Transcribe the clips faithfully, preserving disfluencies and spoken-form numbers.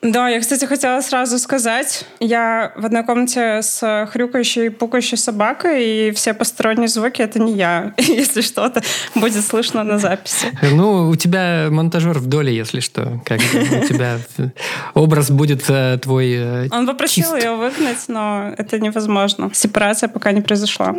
Да, я, кстати, хотела сразу сказать, я в одной комнате с хрюкающей и пукающей собакой, и все посторонние звуки — это не я. Если что-то будет слышно на записи. Ну, у тебя монтажер в доле, если что. Как у тебя образ будет твой Он попросил ее выгнать, но это невозможно. Сепарация пока не произошла.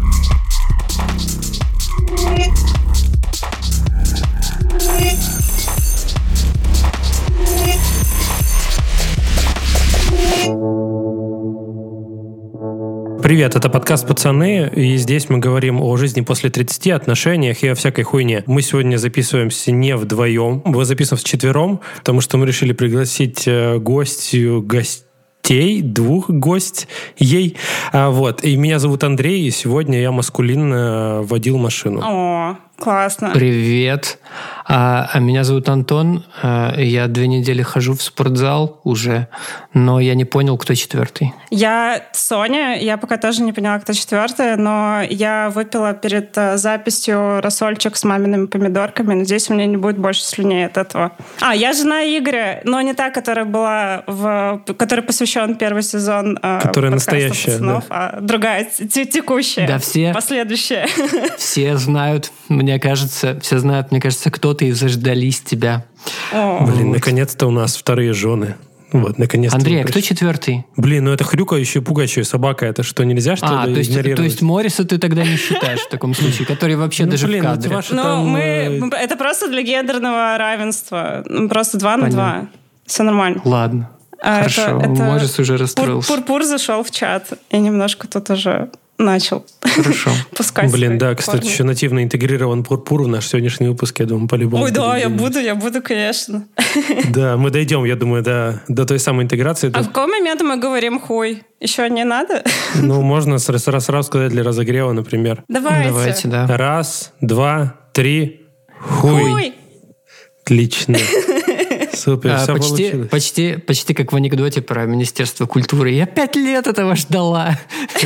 Привет, это подкаст «Пацаны», и здесь мы говорим о жизни после тридцати, отношениях и о всякой хуйне. Мы сегодня записываемся не вдвоем, мы записываемся вчетвером, потому что мы решили пригласить гостью, гостей, двух гость ей. Вот. И меня зовут Андрей, и сегодня я маскулинно водил машину. О, классно. Привет. А, а меня зовут Антон. А, я две недели хожу в спортзал уже, но я не понял, кто четвертый. Я Соня. Я пока тоже не поняла, кто четвертая, но я выпила перед записью рассольчик с мамиными помидорками. Надеюсь, у меня не будет больше слюней от этого. А, я жена Игоря, но не та, которая была в... которой посвящен первый сезон которая настоящая, пацанов, да. А другая, текущая, да, все, последующая. Все знают, мне кажется, все знают, мне кажется, кто-то и заждались тебя. О. Блин, вот. Наконец-то у нас вторые жены. Вот, наконец-то. Андрей, а кто четвертый? Блин, ну это хрюкающая, пугающая собака. Это что, нельзя, что а, ли, то есть, игнорировать? то есть Морриса ты тогда не считаешь в таком случае, который вообще ну, даже блин, в кадре? Ну, там... мы... Это просто для гендерного равенства. Просто два на два. Все нормально. Ладно. А Хорошо, это, это Моррис уже расстроился. Пур-пур зашел в чат и немножко тут уже начал Хорошо. пускать. Блин, да, кстати, корни. Еще нативно интегрирован пурпур в наш сегодняшний выпуск, я думаю, по-любому. Ой, да, я буду, я буду, конечно. Да, мы дойдем, я думаю, до, до той самой интеграции. А в какой момент мы говорим хуй? Еще не надо? Ну, можно сразу, сразу сказать для разогрева, например. Давайте. Давайте, да. Раз, два, три. Хуй. Хуй. Отлично. Супер, а, все почти, получилось. Почти, почти как в анекдоте про Министерство культуры. Я пять лет этого ждала.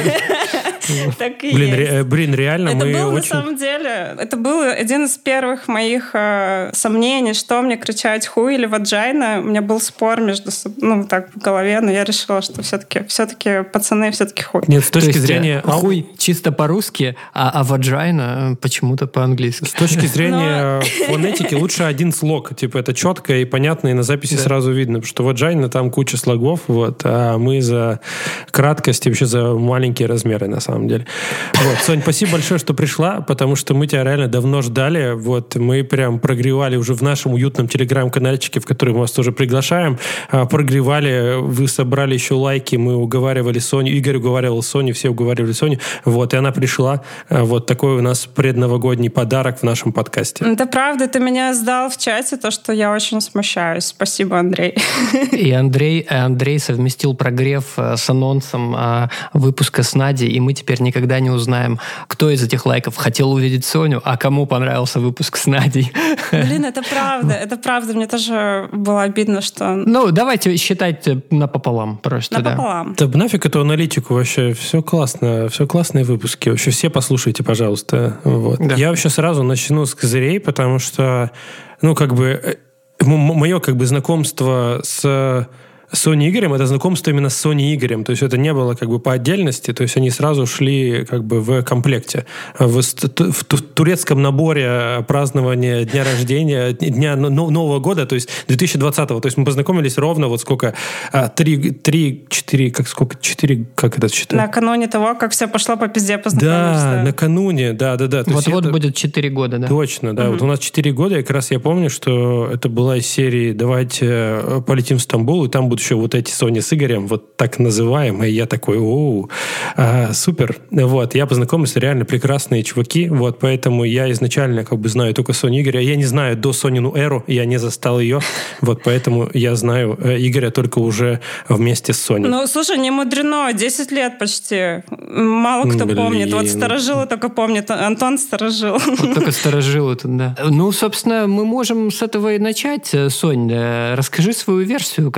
Так и блин, есть. Ре, блин, реально это мы был, очень... на самом деле, это был один из первых моих э, сомнений, что мне кричать, хуй или ваджайна. У меня был спор между собой, ну, так, в голове, но я решила, что все-таки, все-таки пацаны, все-таки хуй. Нет, с точки То есть, зрения... хуй чисто по-русски, а, а ваджайна почему-то по-английски. С точки зрения но... фонетики лучше один слог. Типа это четко и понятно, и на записи да. сразу видно, потому что ваджайна там куча слогов, вот, а мы за краткость и вообще за маленькие размеры, на самом деле. Вот, Сонь, спасибо большое, что пришла, потому что мы тебя реально давно ждали. Вот, мы прям прогревали уже в нашем уютном телеграм-канальчике, в который мы вас тоже приглашаем. Прогревали, вы собрали еще лайки, мы уговаривали Соню, Игорь уговаривал Соню, все уговаривали Соню. Вот, и она пришла. Вот такой у нас предновогодний подарок в нашем подкасте. Это правда, ты меня сдал в чате, то, что я очень смущаюсь. Спасибо, Андрей. И Андрей, Андрей совместил прогрев с анонсом выпуска с Надей, и мы теперь никогда не узнаем, кто из этих лайков хотел увидеть Соню, а кому понравился выпуск с Надей. Блин, это правда, это правда. Мне тоже было обидно, что... Ну, давайте считать напополам просто, напополам. Да. Да нафиг эту аналитику вообще. Все классно, все классные выпуски. Вообще все послушайте, пожалуйста. Вот. Да. Я вообще сразу начну с козырей, потому что, ну, как бы, мое как бы знакомство с... Соней Игорем, это знакомство именно с Соней Игорем. То есть это не было как бы по отдельности, то есть они сразу шли как бы в комплекте. В, в турецком наборе празднования дня рождения, дня Нового года, то есть две тысячи двадцатого. То есть мы познакомились ровно вот сколько? Три, три, четыре, как сколько? Четыре, как это считать? Накануне того, как все пошло по пизде, познакомились. Да, да, накануне, да, да, да. Вот-вот это... будет четыре года, да? Точно, да. Угу. Вот у нас четыре года, и как раз я помню, что это была из серии «Давайте полетим в Стамбул», и там будут еще вот эти Соня с Игорем, вот так называемые. Я такой, оу, а, супер. Вот, я познакомился, реально прекрасные чуваки, вот, поэтому я изначально как бы знаю только Соню Игоря. Я не знаю до Сонину эру, я не застал ее, вот, поэтому я знаю Игоря только уже вместе с Соней. Ну, слушай, не мудрено, десять лет почти. Мало кто Блин. помнит. Вот старожилы только помнят. Антон старожил. Вот только старожилы тут, да. Ну, собственно, мы можем с этого и начать. Сонь, расскажи свою версию, как вы вообще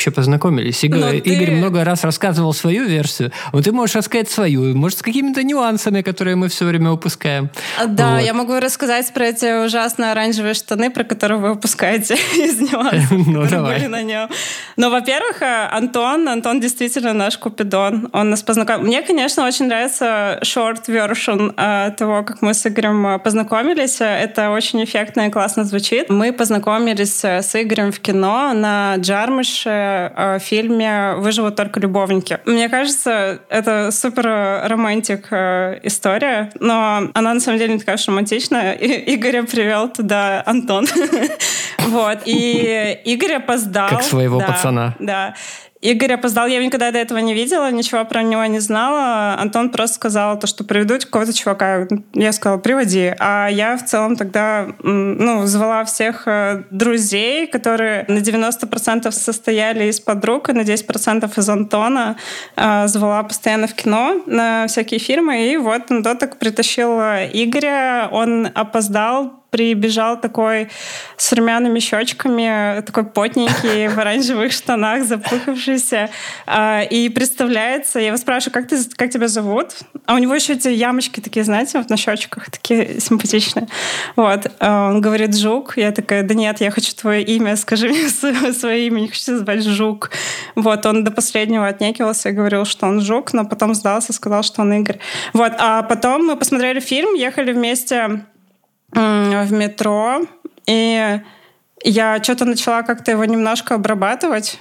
еще познакомились. Игорь, ты... Игорь много раз рассказывал свою версию, вот ты можешь рассказать свою, может, с какими-то нюансами, которые мы все время упускаем. Да, вот. Я могу рассказать про эти ужасные оранжевые штаны, про которые вы упускаете из нюансов, ну, которые давай. были на нем. Но, во-первых, Антон, Антон действительно наш Купидон. Он нас познакомил. Мне, конечно, очень нравится short version того, как мы с Игорем познакомились. Это очень эффектно и классно звучит. Мы познакомились с Игорем в кино на Джармуше в фильме «Выживут только любовники». Мне кажется, это супер романтик история, но она на самом деле не такая уж романтичная. И Игоря привел туда Антон. Вот. И Игорь опоздал. Как своего да, пацана. Да. Игорь опоздал, я его никогда до этого не видела, ничего про него не знала. Антон просто сказал, то, что приведу какого-то чувака. Я сказала, приводи. А я в целом тогда ну, звала всех друзей, которые на девяносто процентов состояли из подруг, и на десять процентов из Антона. Звала постоянно в кино на всякие фильмы. И вот Антон так притащил Игоря. Он опоздал, прибежал такой с румяными щечками, такой потненький, в оранжевых штанах, запыхавшийся. И представляется, я его спрашиваю, как, ты, как тебя зовут? А у него еще эти ямочки такие, знаете, вот на щечках, такие симпатичные. Вот. Он говорит, Жук. Я такая, да нет, я хочу твое имя, скажи мне свое имя, не хочу звать Жук. Вот. Он до последнего отнекивался и говорил, что он Жук, но потом сдался, сказал, что он Игорь. Вот. А потом мы посмотрели фильм, ехали вместе в метро, и я что-то начала как-то его немножко обрабатывать.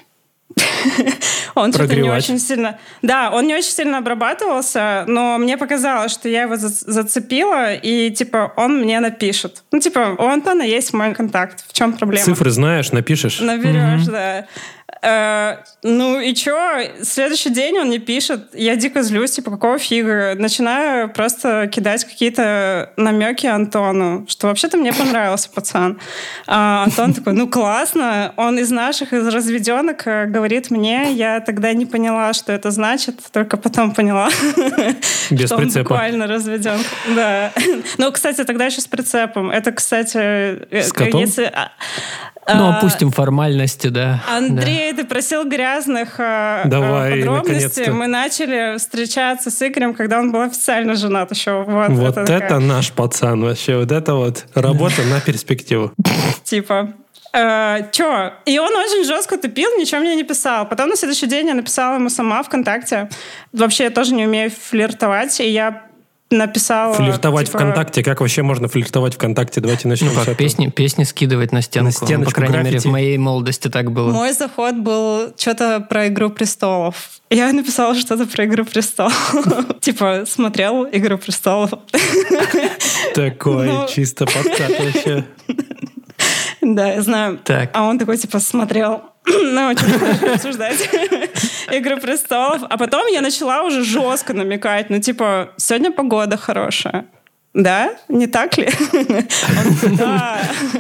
Он что-то не очень сильно... Да, он не очень сильно обрабатывался, но мне показалось, что я его зацепила, и, типа, он мне напишет. Ну, типа, у Антона есть мой контакт. В чем проблема? Цифры знаешь, напишешь? Наберешь, mm-hmm. да. Uh, ну и чё? Следующий день он не пишет. Я дико злюсь, типа, какого фига? Начинаю просто кидать какие-то намеки Антону, что вообще-то мне понравился пацан. Uh, Антон такой, ну классно. Он из наших, из разведенок говорит мне, я тогда не поняла, что это значит, только потом поняла, без что прицепа. Он буквально разведен. Да. Ну, кстати, тогда еще с прицепом. Это, кстати... С котом? Если... Ну, опустим формальности, да. Андрей, да. Ты просил грязных Давай, подробностей. Мы начали встречаться с Игорем, когда он был официально женат еще. Вот, вот это, это такая... наш пацан вообще. Вот это вот работа на перспективу. Типа... Uh, чё? И он очень жестко тупил, ничего мне не писал. Потом на следующий день я написала ему сама ВКонтакте. Вообще я тоже не умею флиртовать, и я написала... Флиртовать типа... ВКонтакте? Как вообще можно флиртовать ВКонтакте? Давайте начнем ну, как, песни, песни скидывать на стенку. На стеночку, ну, по крайней граффити. Мере, в моей молодости так было. Мой заход был что-то про «Игру престолов». Я написала что-то про «Игру престолов». Типа, смотрел «Игру престолов». Такой чисто подкат вообще. Да, я знаю. Так. А он такой, типа, смотрел, ну, что-то обсуждать «Игру престолов». А потом я начала уже жестко намекать, ну, типа, сегодня погода хорошая. Да? Не так ли? Он такой, да.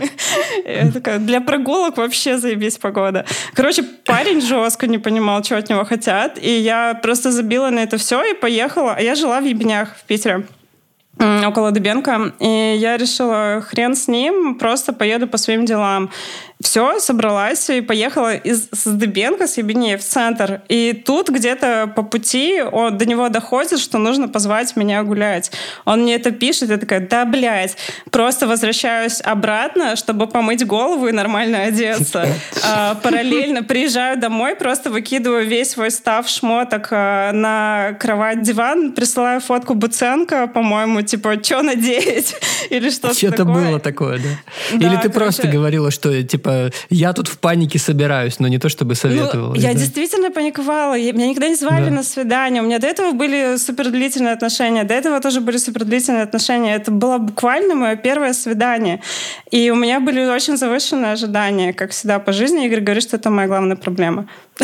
Я такая, для прогулок вообще заебись погода. Короче, парень жестко не понимал, что от него хотят. И я просто забила на это все и поехала. А я жила в Ебенях, в Питере. Около Дыбенко. И я решила, хрен с ним, просто поеду по своим делам. Все, собралась и поехала из, с Дыбенко, с Ебеней в центр. И тут где-то по пути он, до него доходит, что нужно позвать меня гулять. Он мне это пишет, я такая, да, блядь. Просто возвращаюсь обратно, чтобы помыть голову и нормально одеться. А, параллельно приезжаю домой, просто выкидываю весь свой став шмоток на кровать, диван, присылаю фотку Буценко, по-моему, типа, что надеть? Или что-то Что-то такое. было такое, да? да Или ты короче... просто говорила, что, типа, я тут в панике собираюсь, но не то, чтобы советовала. Ну, я да? действительно паниковала. Меня никогда не звали да. на свидание. У меня до этого были супердлительные отношения. До этого тоже были супердлительные отношения. Это было буквально мое первое свидание. И у меня были очень завышенные ожидания, как всегда по жизни. Игорь говорит, что это моя главная проблема.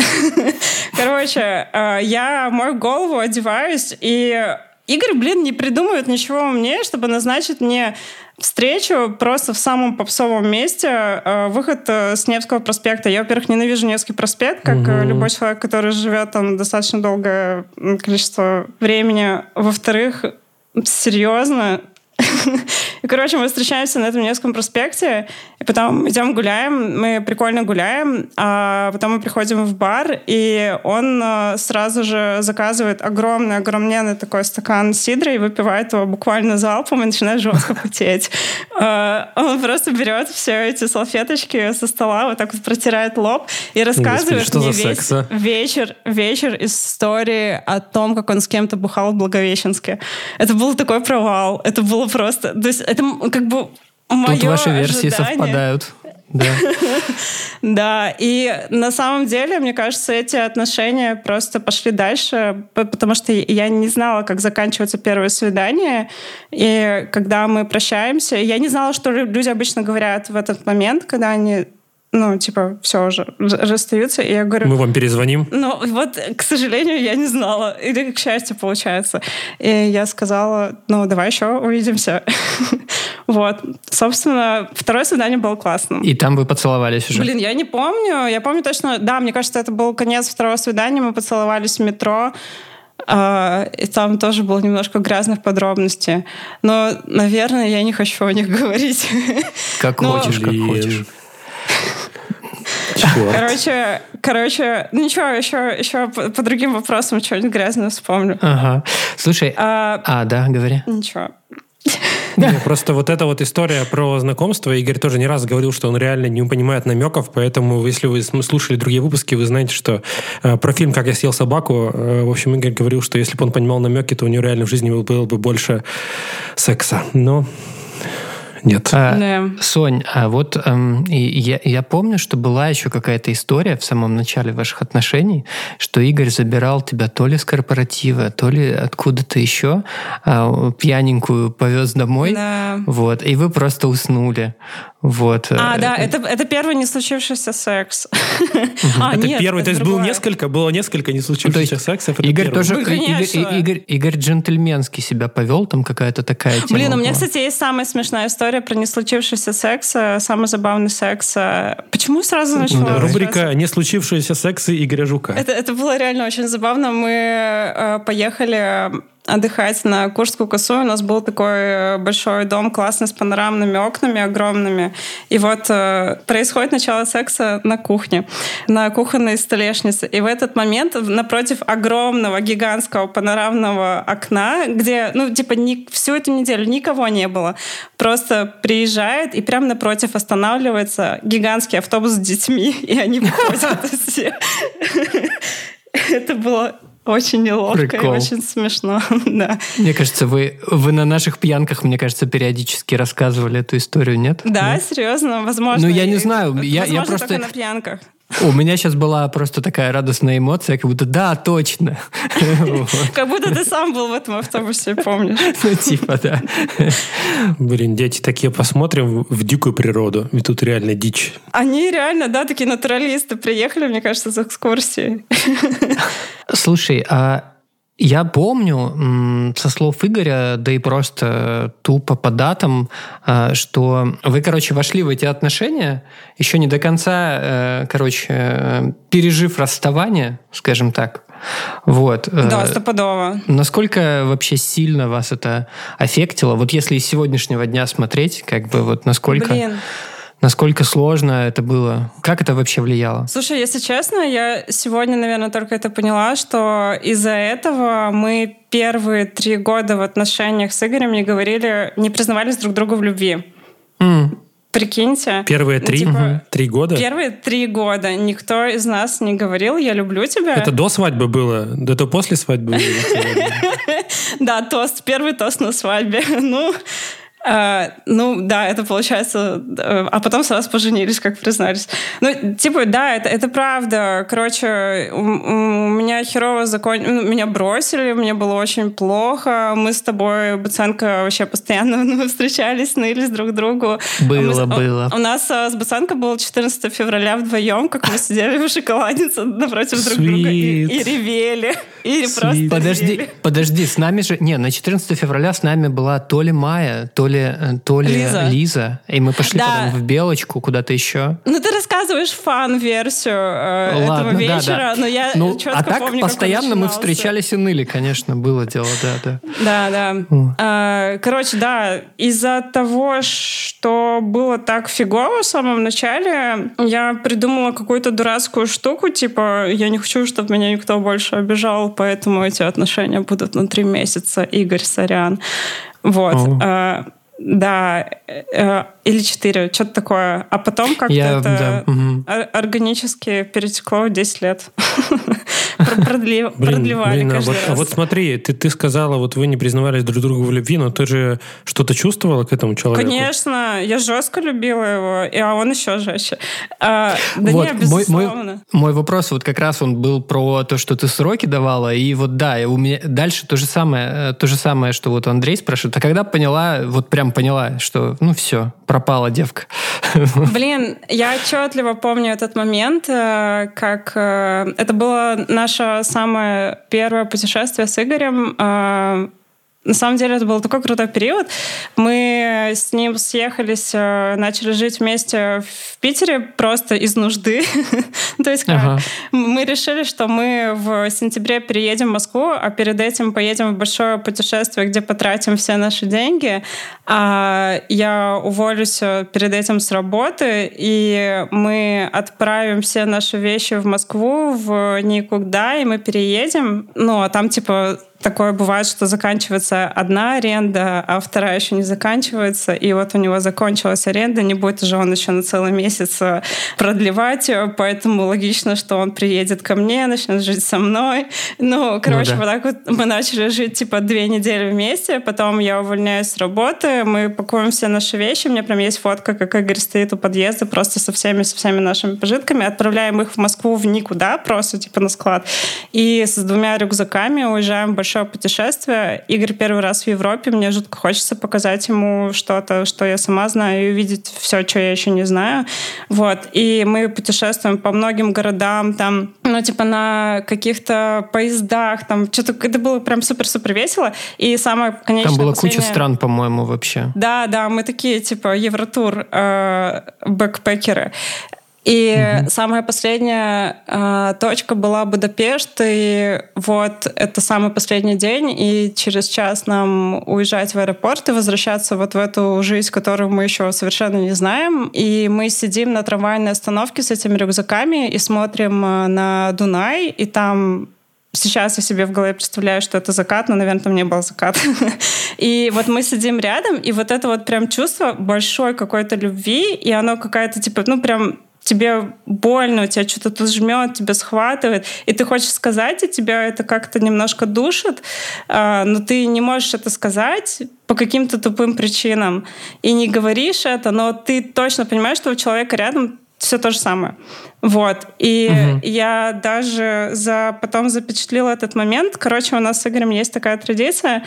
Короче, я мою голову, одеваюсь, и Игорь, блин, не придумывает ничего умнее, чтобы назначить мне встречу просто в самом попсовом месте, выход с Невского проспекта. Я, во-первых, ненавижу Невский проспект, как угу. любой человек, который живет там достаточно долгое количество времени. Во-вторых, серьезно, И, короче, мы встречаемся на этом Невском проспекте, и потом идем гуляем, мы прикольно гуляем, а потом мы приходим в бар, и он сразу же заказывает огромный, огромный такой стакан сидра и выпивает его буквально залпом и начинает жестко потеть. Он просто берет все эти салфеточки со стола, вот так вот протирает лоб и рассказывает Господи, мне весь секс, а? вечер, вечер истории о том, как он с кем-то бухал в Благовещенске. Это был такой провал. Это было просто... То есть это как бы мое Тут ваши версии ожидание. совпадают. Да. Да, и на самом деле, мне кажется, эти отношения просто пошли дальше, потому что я не знала, как заканчивается первое свидание, и когда мы прощаемся, я не знала, что люди обычно говорят в этот момент, когда они ну, типа, все уже расстаются, и я говорю... Мы вам перезвоним? Ну, вот, к сожалению, я не знала. Или к счастью, получается. И я сказала, ну, давай еще увидимся. Вот. Собственно, второе свидание было классным. И там вы поцеловались уже? Блин, я не помню. Я помню точно... Да, мне кажется, это был конец второго свидания. Мы поцеловались в метро. И там тоже было немножко грязных подробностей. Но, наверное, я не хочу о них говорить. Как Но... хочешь, как хочешь. Черт. Короче, короче, ну ничего, еще, еще по, по другим вопросам что-нибудь грязное вспомню. Ага. Слушай, а, а да, говори. Ничего. Не, просто вот эта вот история про знакомство, Игорь тоже не раз говорил, что он реально не понимает намеков, поэтому если вы слушали другие выпуски, вы знаете, что э, про фильм «Как я съел собаку», э, в общем, Игорь говорил, что если бы он понимал намеки, то у него реально в жизни было бы больше секса. Но... Нет. А, да. Сонь, а вот эм, я, я помню, что была еще какая-то история в самом начале ваших отношений, что Игорь забирал тебя то ли с корпоратива, то ли откуда-то еще, а, пьяненькую повез домой, да. Вот, и вы просто уснули. Вот. А, да, это, это первый не случившийся секс. А, это нет, первый, это то есть было несколько, было несколько не случившихся сексов. Игорь тоже, Игорь, Игорь джентльменски себя повел, там какая-то такая тема. Блин, у меня, кстати, есть самая смешная история про не случившийся секс, самый забавный секс. Почему сразу начала? Рубрика «Не случившиеся сексы» Игоря Жука. Это, это было реально очень забавно. Мы э, поехали отдыхать на Куршскую косу. У нас был такой большой дом, классный, с панорамными окнами огромными. И вот э, происходит начало секса на кухне, на кухонной столешнице. И в этот момент напротив огромного, гигантского панорамного окна, где, ну, типа, ни, всю эту неделю никого не было, просто приезжает и прямо напротив останавливается гигантский автобус с детьми, и они выходят все. Это было... Очень неловко Прикол. И очень смешно, да. Мне кажется, вы, вы на наших пьянках, мне кажется, периодически рассказывали эту историю, нет? Да, нет? Серьезно, возможно. Ну, я не знаю. Возможно, я, я просто... только на пьянках. У меня сейчас была просто такая радостная эмоция, как будто да, точно. Как будто ты сам был в этом автобусе, помнишь? Ну, типа, да. Блин, дети, такие посмотрим в дикую природу, ведь тут реально дичь. Они реально, да, такие натуралисты приехали, мне кажется, с экскурсией. Слушай, а я помню со слов Игоря, да и просто тупо по датам, что вы, короче, вошли в эти отношения еще не до конца, короче, пережив расставание, скажем так. Вот. Да, стопудово. Насколько вообще сильно вас это аффектило? Вот если из сегодняшнего дня смотреть, как бы вот насколько... Блин. Насколько сложно это было? Как это вообще влияло? Слушай, если честно, я сегодня, наверное, только это поняла, что из-за этого мы первые три года в отношениях с Игорем не говорили, не признавались друг другу в любви. Mm. Прикиньте. Первые три? Типа, три года? Первые три года никто из нас не говорил «я люблю тебя». Это до свадьбы было? Это после свадьбы было? Да, тост. Первый тост на свадьбе. Ну... Uh, ну, да, это получается... Uh, а потом сразу поженились, как признались. Ну, типа, да, это, это правда. Короче, у, у меня херово закончилось... Меня бросили, мне было очень плохо. Мы с тобой, Баценко, вообще постоянно ну, встречались, нылись друг другу. Было, мы, было. У, у нас uh, с Баценко было четырнадцатого февраля вдвоем, как мы сидели в шоколаднице напротив друг друга и, и ревели. И просто подожди, ревели. Подожди, с нами же... Не, на четырнадцатого февраля с нами была то ли Майя, то ли ли, то ли Лиза. Лиза, и мы пошли да. потом в Белочку, куда-то еще. Ну, ты рассказываешь фан-версию э, этого вечера, да, да. но я ну, четко а так помню, постоянно мы встречались и ныли, конечно, было дело, да, да. Да, да. А, короче, да, из-за того, что было так фигово в самом начале, я придумала какую-то дурацкую штуку, типа, я не хочу, чтобы меня никто больше обижал, поэтому эти отношения будут на три месяца. Игорь, сорян. Вот. А, да, э, или четыре, что-то такое. А потом как-то я, это да. угу. органически перетекло в десять лет. Продлевали каждый раз. А вот смотри, ты сказала, вот вы не признавались друг другу в любви, но ты же что-то чувствовала к этому человеку? Конечно, я жестко любила его, а он еще жестче. Да не, безусловно. Мой вопрос вот как раз он был про то, что ты сроки давала, и вот да, у меня дальше то же самое, то же самое, что вот Андрей спрашивает. А когда поняла, вот прям поняла, что ну все, пропала девка. Блин, я отчетливо помню этот момент, как это было наше самое первое путешествие с Игорем. На самом деле это был такой крутой период. Мы с ним съехались, начали жить вместе в Питере просто из нужды. То есть как? Ага. Мы решили, что мы в сентябре переедем в Москву, а перед этим поедем в большое путешествие, где потратим все наши деньги. А я уволюсь перед этим с работы, и мы отправим все наши вещи в Москву, в никуда, и мы переедем. Ну, а там типа такое бывает, что заканчивается одна аренда, а вторая еще не заканчивается, и вот у него закончилась аренда, не будет же он еще на целый месяц продлевать ее, поэтому логично, что он приедет ко мне, начнет жить со мной. Ну, короче, ну, да. вот так вот мы начали жить типа две недели вместе, потом я увольняюсь с работы, мы пакуем все наши вещи, у меня прям есть фотка, как Игорь стоит у подъезда просто со всеми, со всеми нашими пожитками, отправляем их в Москву в никуда, просто типа на склад, и с двумя рюкзаками уезжаем в большое путешествие. Игорь первый раз в Европе, мне жутко хочется показать ему что-то, что я сама знаю, и увидеть все, что я еще не знаю. Вот. И мы путешествуем по многим городам, там, ну, типа на каких-то поездах, там, что-то, это было прям супер-супер весело. И самое конечное... Там было последнее... куча стран, по-моему, вообще. Да, да, мы такие, типа, евротур, э, бэкпекеры. И угу. самая последняя э, точка была Будапешт, и вот это самый последний день, и через час нам уезжать в аэропорт и возвращаться вот в эту жизнь, которую мы еще совершенно не знаем. И мы сидим на трамвайной остановке с этими рюкзаками и смотрим на Дунай, и там... Сейчас я себе в голове представляю, что это закат, но, наверное, там не был закат. И вот мы сидим рядом, и вот это вот прям чувство большой какой-то любви, и оно какая-то, типа, ну, прям тебе больно, у тебя что-то тут жмет, тебя схватывает, и ты хочешь сказать, и тебя это как-то немножко душит, но ты не можешь это сказать по каким-то тупым причинам. И не говоришь это, но ты точно понимаешь, что у человека рядом все то же самое. Вот. И угу. я даже за, потом запечатлела этот момент. Короче, у нас с Игорем есть такая традиция.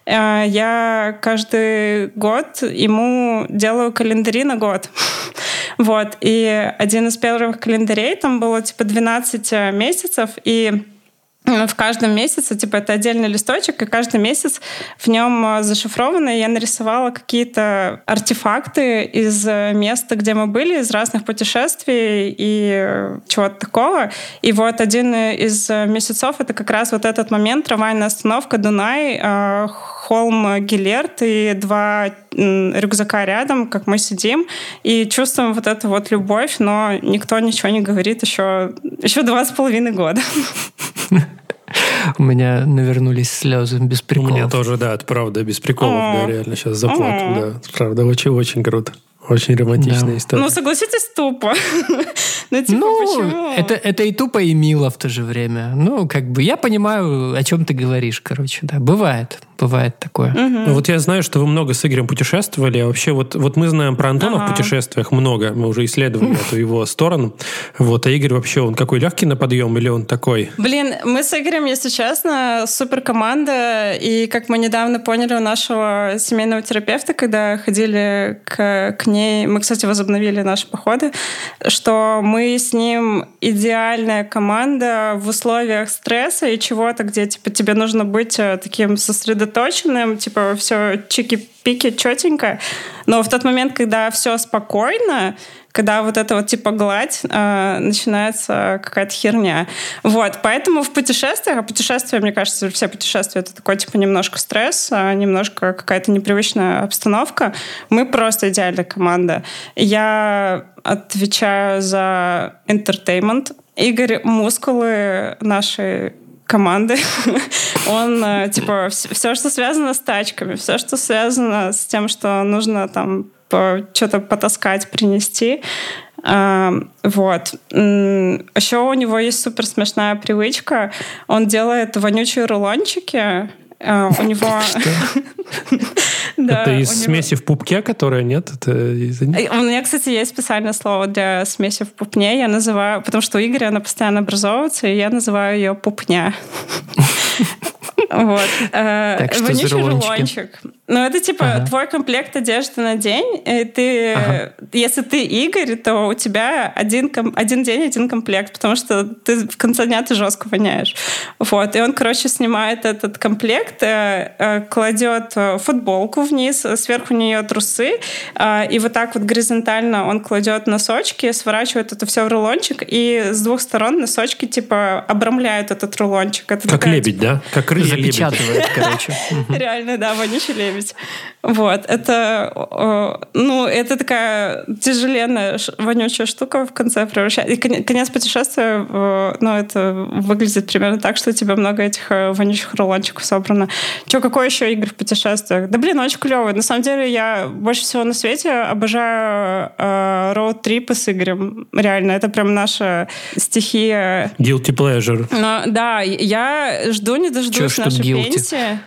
Я каждый год ему делаю календари на год. Вот. И один из первых календарей, там было типа двенадцать месяцев, и в каждом месяце, типа, это отдельный листочек, и каждый месяц в нем зашифровано, и я нарисовала какие-то артефакты из места, где мы были, из разных путешествий и чего-то такого. И вот один из месяцев — это как раз вот этот момент, трамвайная остановка, Дунай, холм Гилерт и два рюкзака рядом, как мы сидим, и чувствуем вот эту вот любовь, но никто ничего не говорит еще, еще два с половиной года. У меня навернулись слезы, без приколов. У меня тоже, да, это правда, без приколов, да, реально сейчас заплакал, да. Правда, очень-очень круто. Очень романтичная да. история. Ну, согласитесь, тупо. ну, типа, ну почему? Это, это и тупо, и мило в то же время. Ну, как бы, я понимаю, о чем ты говоришь, короче, да. Бывает, бывает такое. Угу. Ну, вот я знаю, что вы много с Игорем путешествовали. А вообще, вот, вот мы знаем про Антона ага. в путешествиях много. Мы уже исследовали эту его сторону. Вот, а Игорь вообще, он какой, легкий на подъем или он такой? Блин, мы с Игорем, если честно, супер команда. И, как мы недавно поняли у нашего семейного терапевта, когда ходили к, к ней, мы, кстати, возобновили наши походы, что мы с ним идеальная команда в условиях стресса и чего-то, где типа тебе нужно быть таким сосредоточенным, сосредоточенным, типа все чики-пики, четенько. Но в тот момент, когда все спокойно, когда вот это вот типа гладь, э, начинается какая-то херня. Вот, поэтому в путешествиях, а путешествия, мне кажется, все путешествия — это такой типа немножко стресс, немножко какая-то непривычная обстановка. Мы просто идеальная команда. Я отвечаю за entertainment. Игорь — мускулы нашей команды. Он, типа, все, что связано с тачками, все, что связано с тем, что нужно там что-то потаскать, принести. Вот. Еще у него есть супер смешная привычка. Он делает вонючие рулончики. У него... Это из смеси в пупке, которая нет? У меня, кстати, есть специальное слово для смеси в пупне. Я называю... Потому что у Игоря она постоянно образовывается, и я называю ее пупня. Вот. Так, что за рулончик. Ну, это типа ага. твой комплект одежды на день. И ты, ага. Если ты Игорь, то у тебя один, один день, один комплект, потому что ты в конце дня ты жестко воняешь. Вот. И он, короче, снимает этот комплект, кладет футболку вниз, сверху нее трусы, и вот так вот горизонтально он кладет носочки, сворачивает это все в рулончик, и с двух сторон носочки типа обрамляют этот рулончик. Это как такая, лебедь, типа... да? Как рыжий лебедь. Запечатывает, короче. Реально, да, вонючий лебедь. Вот, это, ну, это такая тяжеленная, вонючая штука в конце превращается. И конец путешествия, ну, это выглядит примерно так, что у тебя много этих вонючих рулончиков собрано. Че, какой еще Игорь в путешествиях? Да, блин, очень клевый. На самом деле, я больше всего на свете обожаю э, роуд-трипы с Игорем. Реально, это прям наша стихия. Guilty pleasure. Но, да, я жду, не дождусь нашей пенсии.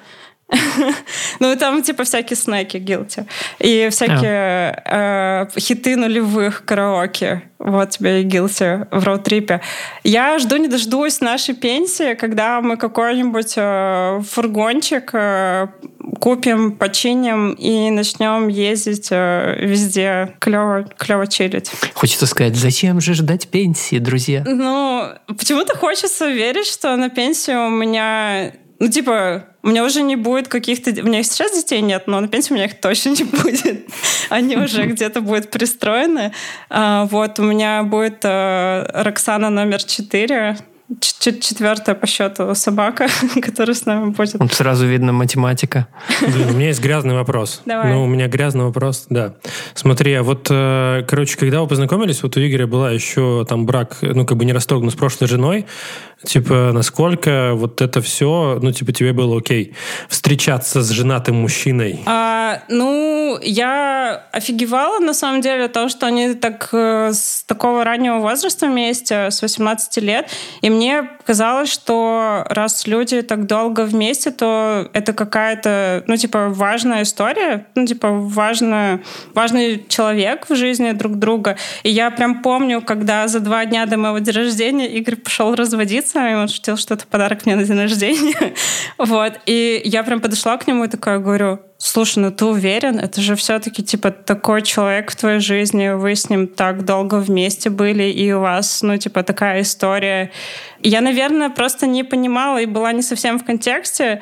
Ну, там, типа, всякие снеки guilty. И всякие а. э, хиты нулевых караоке. Вот тебе и guilty в роуд-трипе. Я жду не дождусь нашей пенсии, когда мы какой-нибудь э, фургончик э, купим, починим и начнем ездить э, везде. Клево, клево чилить. Хочется сказать, зачем же ждать пенсии, друзья? Ну, почему-то хочется верить, что на пенсию у меня... Ну, типа, у меня уже не будет каких-то... У меня сейчас детей нет, но на пенсии у меня их точно не будет. Они уже где-то будут пристроены. А, вот, у меня будет а, Роксана номер четыре, четвертая по счету собака, которая с нами будет. Вот сразу видно математика. Блин, у меня есть грязный вопрос. Давай. Ну, у меня грязный вопрос, да. Смотри, а вот, короче, когда вы познакомились, вот у Игоря была еще там брак, ну, как бы не расторгнут с прошлой женой. Типа, насколько вот это все, ну, типа, тебе было окей встречаться с женатым мужчиной? А, ну, я офигевала, на самом деле, от того, что они так с такого раннего возраста вместе, с восемнадцати лет. И мне казалось, что раз люди так долго вместе, то это какая-то, ну, типа, важная история, ну, типа, важная, важный человек в жизни друг друга. И я прям помню, когда за два дня до моего дня рождения Игорь пошел разводиться, и он шутил, что это подарок мне на день рождения. Вот. И я прям подошла к нему и такая говорю: слушай, ну ты уверен? Это же все-таки типа такой человек в твоей жизни, вы с ним так долго вместе были, и у вас, ну, типа, такая история. И я, наверное, просто не понимала и была не совсем в контексте.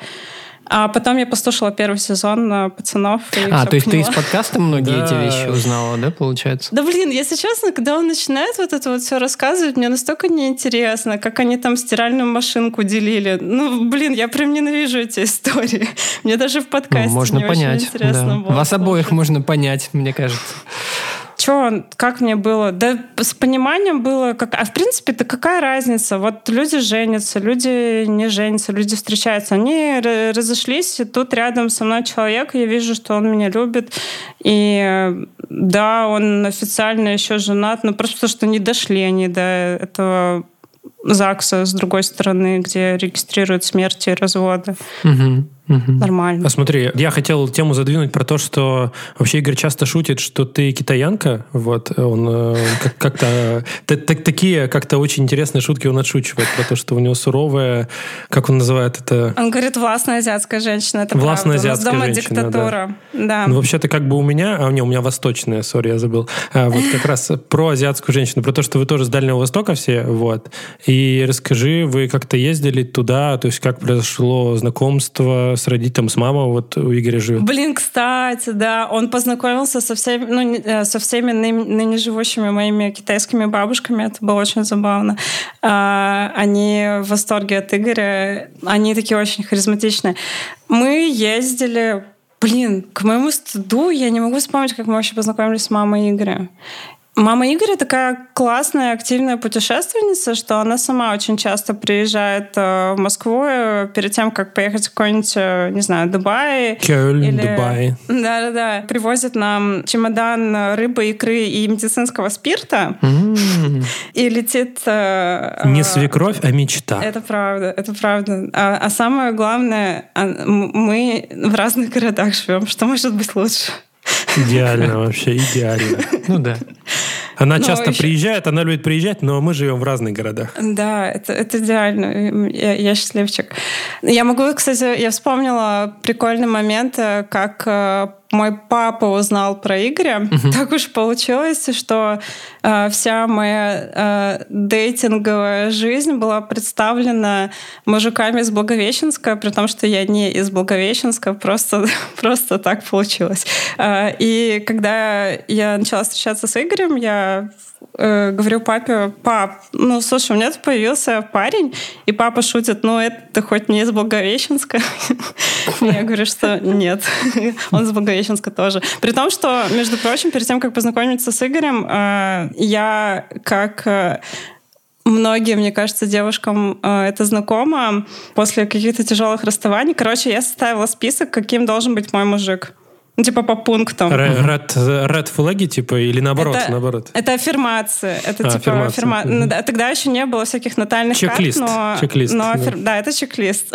А потом я послушала первый сезон «Пацанов». А, то есть поняла. Ты из подкаста многие да. эти вещи узнала, да, получается? Да, блин, если честно, когда он начинает вот это вот все рассказывать, мне настолько неинтересно, как они там стиральную машинку делили. Ну, блин, я прям ненавижу эти истории. Мне даже в подкасте ну, можно не понять, очень интересно да. было. Вас обоих можно понять, мне кажется. Че, как мне было? Да с пониманием было... Как... А в принципе-то какая разница? Вот люди женятся, люди не женятся, люди встречаются. Они разошлись, и тут рядом со мной человек, я вижу, что он меня любит. И да, он официально еще женат, но просто потому что не дошли они до этого ЗАГСа с другой стороны, где регистрируют смерти и разводы. Угу. Угу. Нормально. А смотри, я хотел тему задвинуть про то, что вообще Игорь часто шутит, что ты китаянка. Вот, он э, как- как-то... Т- т- такие как-то очень интересные шутки он отшучивает про то, что у него суровая... Как он называет это? Он говорит, властная азиатская женщина. Это властная правда. азиатская У нас дома женщина, диктатура. Да. Да. Ну, вообще-то как бы у меня... А, не, у меня восточная, сори, я забыл. А, вот как раз про азиатскую женщину, про то, что вы тоже с Дальнего Востока все. Вот. И расскажи, вы как-то ездили туда, то есть как произошло знакомство с родителем, с мамой вот у Игоря живет. Блин, кстати, да, он познакомился со всеми, ну, со всеми ныне, ныне живущими моими китайскими бабушками, это было очень забавно. Они в восторге от Игоря, они такие очень харизматичные. Мы ездили, блин, к моему стыду, я не могу вспомнить, как мы вообще познакомились с мамой Игоря. Мама Игоря такая классная, активная путешественница, что она сама очень часто приезжает в Москву перед тем, как поехать в какой-нибудь, не знаю, Дубай. Кёльн, или... Дубай. Да-да-да. Привозит нам чемодан рыбы, икры и медицинского спирта. Mm. И летит... Не свекровь, а мечта. Это правда, это правда. А, а самое главное, мы в разных городах живем. Что может быть лучше? Идеально вообще, идеально. Ну да. Она но часто еще... приезжает, она любит приезжать, но мы живем в разных городах. Да, это, это идеально. Я, я счастливчик. Я могу, кстати, я вспомнила прикольный момент, как мой папа узнал про Игоря. Uh-huh. Так уж получилось, что э, вся моя э, дейтинговая жизнь была представлена мужиками из Благовещенска, при том, что я не из Благовещенска, просто, просто так получилось. Э, и когда я начала встречаться с Игорем, я э, говорю папе: пап, ну, слушай, у меня тут появился парень, и папа шутит: ну, это ты хоть не из Благовещенска? Я говорю, что нет, он из Благовещенска тоже. При том, что, между прочим, перед тем, как познакомиться с Игорем, я, как многим, мне кажется, девушкам это знакомо, после каких-то тяжелых расставаний, короче, я составила список, каким должен быть мой мужик. Ну, типа по пунктам. Ред, ред флаги, типа, или наоборот? Это, наоборот? Это аффирмация. Это а, типа аффирмация. аффирма... Mm-hmm. Ну, тогда еще не было всяких натальных чек-лист. карт, но... Чек-лист. но аффир... да. да, это чек-лист.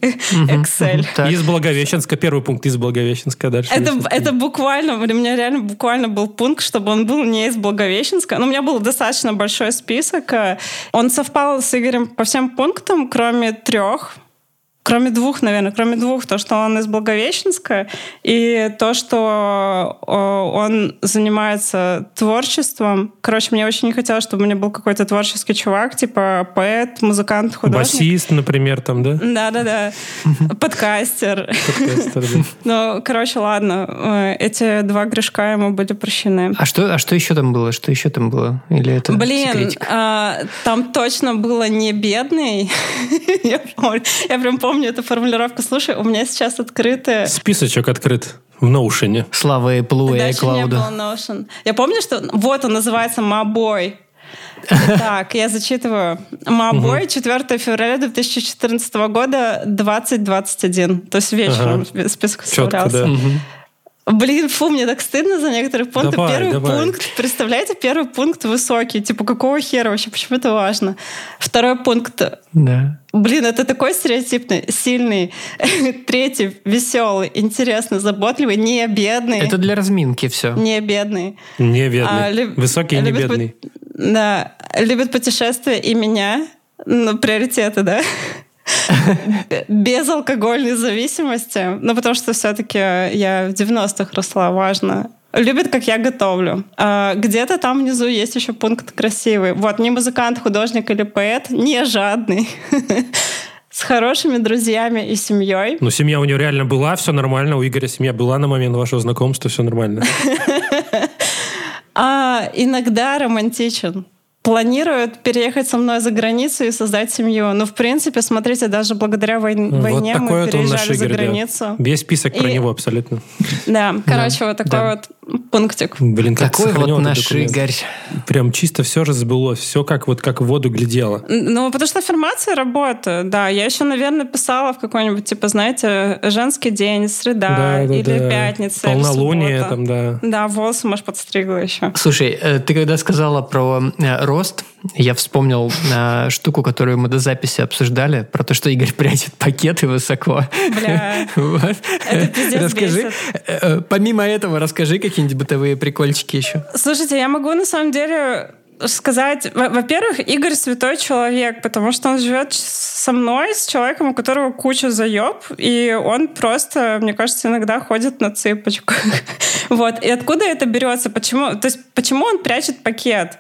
Excel. Mm-hmm. Из Благовещенска. Первый пункт из Благовещенска. Дальше это, это буквально, у меня реально буквально был пункт, чтобы он был не из Благовещенска. Но у меня был достаточно большой список. Он совпал с Игорем по всем пунктам, кроме трех. Кроме двух, наверное, кроме двух, то, что он из Благовещенска, и то, что он занимается творчеством. Короче, мне очень не хотелось, чтобы у меня был какой-то творческий чувак, типа поэт, музыкант, художник. Басист, например, там, да? Да-да-да. Подкастер. Подкастер, да. Ну, короче, ладно. Эти два грешка ему были прощены. А что, а что еще там было? Что еще там было? Или это Блин, а, там точно было не бедный. я, помню, я прям помню эту формулировку. Слушай, у меня сейчас открыты... Списочек открыт в Notion. Слава Apple и iCloud. Не было Notion. Я помню, что... Вот он называется «My Boy». Так, я зачитываю. «My Boy», четвёртого февраля две тысячи четырнадцатого года, двадцать двадцать один. То есть вечером ага. список составлялся. Да. Блин, фу, мне так стыдно за некоторые пункты. Давай, первый давай. пункт, представляете, первый пункт высокий. Типа, какого хера вообще? Почему это важно? Второй пункт. Да. Блин, это такой стереотипный, сильный. Третий, веселый, интересный, заботливый, не бедный. Это для разминки все. Не бедный. Не бедный. А, люб... Высокий и не бедный. По... Да. Любит путешествия и меня. Ну, приоритеты, да? Без алкогольной зависимости. Ну, потому что все-таки я в девяностых росла, важно. Любит, как я готовлю. А где-то там внизу есть еще пункт красивый. Вот, не музыкант, художник или поэт, не жадный. С хорошими друзьями и семьей. Ну, семья у него реально была, все нормально. У Игоря семья была на момент вашего знакомства, все нормально. А иногда романтичен. Планирует переехать со мной за границу и создать семью. Но, в принципе, смотрите, даже благодаря войне, вот войне мы вот переезжали за Игорь, границу. Да. Весь список и... про него абсолютно. Да, короче, да. вот такой да. вот пунктик. Блин, как такой вот наш документ. Игорь. Прям чисто все разбылось. Все как вот как в воду глядело. Ну, потому что аффирмации работают. Да, я еще, наверное, писала в какой-нибудь, типа, знаете, женский день, среда да, да, или да. пятница, полнолуние или суббота. Там, да. Да, волосы, может, подстригла еще. Слушай, ты когда сказала про рост, я вспомнил э, штуку, которую мы до записи обсуждали, про то, что Игорь прячет пакеты высоко. Бля, вот. это пиздец расскажи, бесит. Э, помимо этого, расскажи какие-нибудь бытовые прикольчики еще. Слушайте, я могу на самом деле сказать... Во-первых, Игорь святой человек, потому что он живет со мной, с человеком, у которого куча заеб, и он просто, мне кажется, иногда ходит на цыпочках. Вот. И откуда это берется? Почему? То есть, почему он прячет пакет?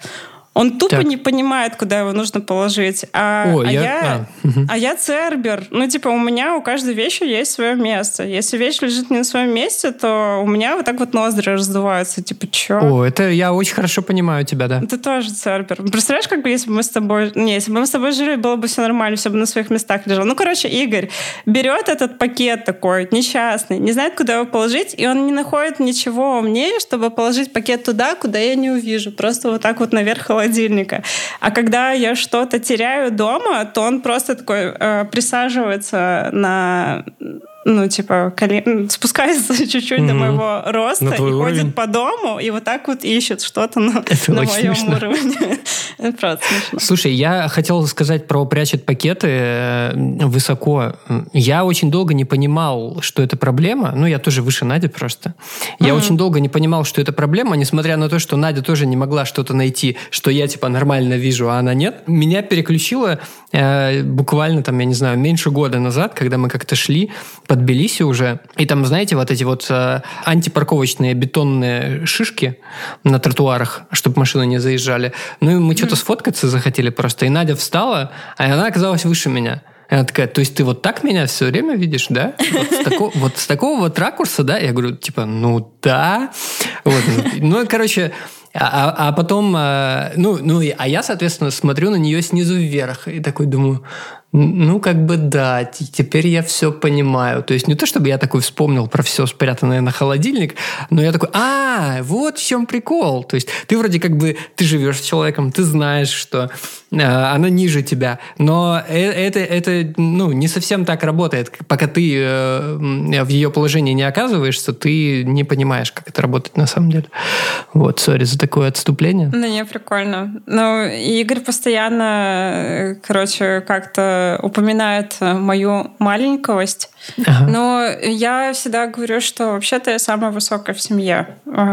Он тупо так. не понимает, куда его нужно положить. А, О, а, я... я, а, угу. а я цербер. Ну, типа, у меня у каждой вещи есть свое место. Если вещь лежит не на своем месте, то у меня вот так вот ноздри раздуваются. Типа, чё? О, это я очень хорошо понимаю тебя, да. Ты тоже цербер. Представляешь, как бы, если бы мы с тобой... Не, если бы мы с тобой жили, было бы все нормально, все бы на своих местах лежало. Ну, короче, Игорь берет этот пакет такой несчастный, не знает, куда его положить, и он не находит ничего умнее, чтобы положить пакет туда, куда я не увижу. Просто вот так вот наверх холодильника. А когда я что-то теряю дома, то он просто такой э, присаживается на... ну, типа, колен... спускается чуть-чуть mm-hmm. до моего роста и уровень. Ходит по дому, и вот так вот ищет что-то на, на моем смешно. Уровне. Это правда смешно. Слушай, я хотел сказать про прячет пакеты высоко. Я очень долго не понимал, что это проблема. Ну, я тоже выше Нади просто. Я mm-hmm. очень долго не понимал, что это проблема, несмотря на то, что Надя тоже не могла что-то найти, что я, типа, нормально вижу, а она нет. Меня переключило э, буквально, там, я не знаю, меньше года назад, когда мы как-то шли по Тбилиси уже, и там, знаете, вот эти вот э, антипарковочные бетонные шишки на тротуарах, чтобы машины не заезжали. Ну, и мы mm-hmm. что-то сфоткаться захотели просто, и Надя встала, а она оказалась выше меня. И она такая, то есть ты вот так меня все время видишь, да? Вот с, тако, вот с такого вот ракурса, да? Я говорю, типа, ну да. Вот. Ну, короче... А, а потом, ну, ну, а я, соответственно, смотрю на нее снизу вверх и такой думаю, ну, как бы да, теперь я все понимаю. То есть не то, чтобы я такой вспомнил про все спрятанное на холодильник, но я такой, а, вот в чем прикол. То есть ты вроде как бы, ты живешь с человеком, ты знаешь, что э, она ниже тебя, но это, это, ну, не совсем так работает. Пока ты э, в ее положении не оказываешься, ты не понимаешь, как это работает на самом деле. Вот, сори за такое отступление. Ну, не, прикольно. Ну, Игорь постоянно, короче, как-то упоминает мою маленьковость. Ага. Но я всегда говорю, что вообще-то я самая высокая в семье.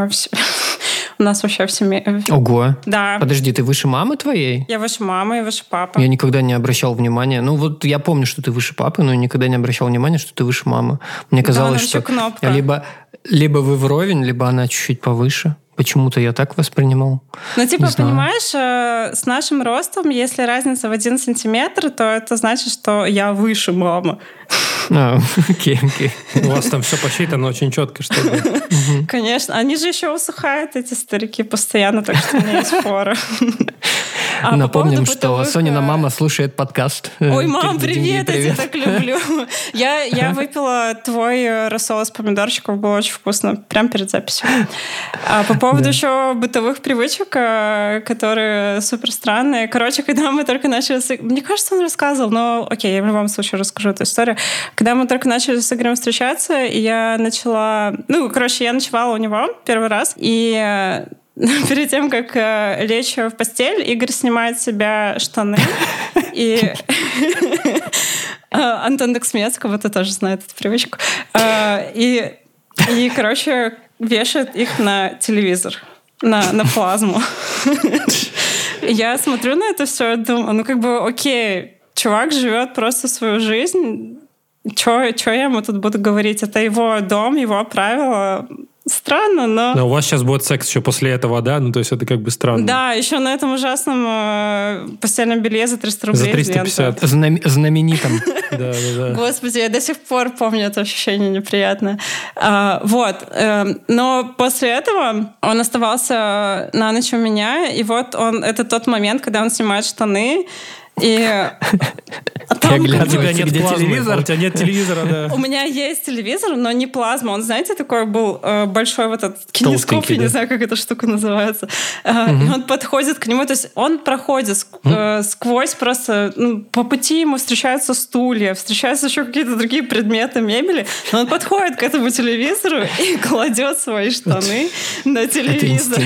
У нас вообще в семье... Ого. Да. Подожди, ты выше мамы твоей? Я выше мамы и выше папы. Я никогда не обращал внимания. Ну, вот я помню, что ты выше папы, но никогда не обращал внимания, что ты выше мамы. Мне казалось, да, что кнопка. либо, либо вы вровень, либо она чуть-чуть повыше. Почему-то я так воспринимал. Ну, типа, понимаешь, с нашим ростом, если разница в один сантиметр, то это значит, что я выше мамы. А, окей, окей. У вас там все посчитано очень четко, что ли? Конечно. Они же еще усыхают, эти старики, постоянно, так что у меня есть фора. А Напомним, по что бытовых... Сонина мама слушает подкаст. Ой, мам, привет, привет, я тебя так люблю. Я, я выпила твой рассол из помидорчиков, было очень вкусно, прямо перед записью. А по поводу да. еще бытовых привычек, которые супер странные. Короче, когда мы только начали... Мне кажется, он рассказывал, но окей, я в любом случае расскажу эту историю. Когда мы только начали с Игорем встречаться, я начала... Ну, короче, я ночевала у него первый раз, и... Перед тем, как э, лечь в постель, Игорь снимает с себя штаны. И Антон Доксмецкий, вот тоже знает эту привычку. И, и, короче, вешает их на телевизор, на, на плазму. Я смотрю на это все и думаю, ну как бы окей, чувак живет просто свою жизнь. Чё я ему тут буду говорить? Это его дом, его правила. Странно, но... Но у вас сейчас будет секс еще после этого, да? Ну, то есть это как бы странно. Да, еще на этом ужасном э, постельном белье за триста рублей. За триста пятьдесят. Знам... Знаменитом. Да, да, да. Господи, я до сих пор помню это ощущение неприятное. А, вот. Э, но после этого он оставался на ночь у меня, и вот он... Это тот момент, когда он снимает штаны, и... Там, у тебя нет телевизора. У тебя нет телевизора, да. У меня есть телевизор, но не плазма. Он, знаете, такой был э, большой вот этот кинескоп, я да? не знаю, как эта штука называется. Э, угу. И он подходит к нему, то есть он проходит э, сквозь просто... Ну, по пути ему встречаются стулья, встречаются еще какие-то другие предметы мебели, но он подходит к этому телевизору и кладет свои штаны на телевизор.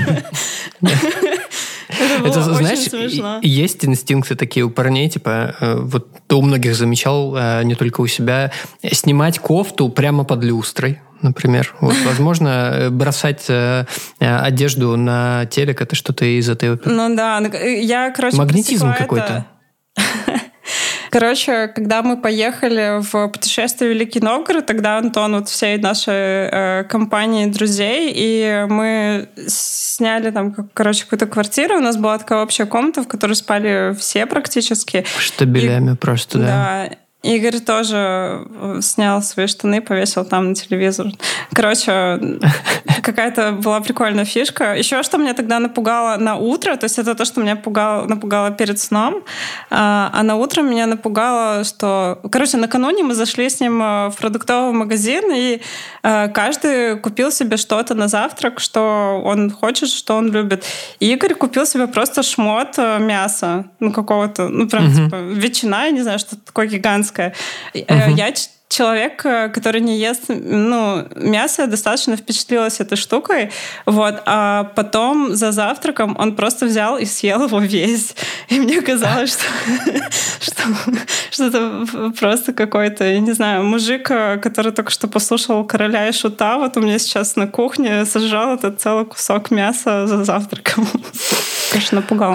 Это было Это, очень знаешь, смешно. Есть инстинкты такие у парней, типа, вот у многих замечал, не только у себя, снимать кофту прямо под люстрой, например. Вот, возможно, бросать э, одежду на телек, это что-то из этой оперы. Ну да, я, короче, магнетизм какой-то. Короче, когда мы поехали в путешествие в Великий Новгород, тогда Антон вот всей нашей э, компании друзей, и мы сняли там, короче, какую-то квартиру. У нас была такая общая комната, в которой спали все практически. Штабелями и, просто, да. Да. Игорь тоже снял свои штаны, повесил там на телевизор. Короче, какая-то была прикольная фишка. Еще что меня тогда напугало на утро, то есть это то, что меня пугало, напугало перед сном, а, а на утро меня напугало, что... Короче, накануне мы зашли с ним в продуктовый магазин, и а, каждый купил себе что-то на завтрак, что он хочет, что он любит. И Игорь купил себе просто шмот мяса, ну, какого-то, ну, прям, uh-huh. типа, ветчина, я не знаю, что такое гигантское. Uh-huh. Я человек, который не ест ну, мясо, достаточно впечатлилась этой штукой. Вот. А потом за завтраком он просто взял и съел его весь. И мне казалось, что, что, что это просто какой-то, я не знаю, мужик, который только что послушал «Короля и Шута», вот у меня сейчас на кухне сожрал этот целый кусок мяса за завтраком. Конечно, напугал.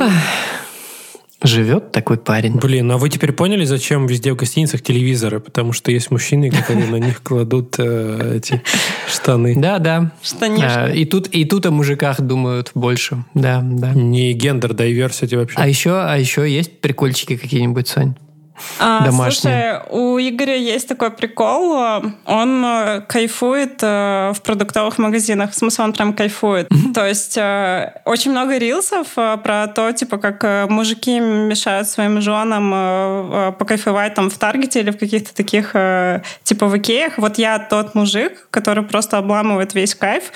Живет такой парень. Блин, а вы теперь поняли, зачем везде в гостиницах телевизоры? Потому что есть мужчины, которые на них кладут э, эти штаны. Да, да. Штанишки. И тут, и тут о мужиках думают больше. Да, да. Не гендер-дайверсити вообще. А еще, а еще есть прикольчики какие-нибудь, Сонь? А, слушай, у Игоря есть такой прикол. Он кайфует в продуктовых магазинах. В смысле, он прям кайфует. Mm-hmm. То есть очень много рилсов про то, типа, как мужики мешают своим женам покайфовать там в Таргете или в каких-то таких типа в Икеях. Вот я тот мужик, который просто обламывает весь кайф.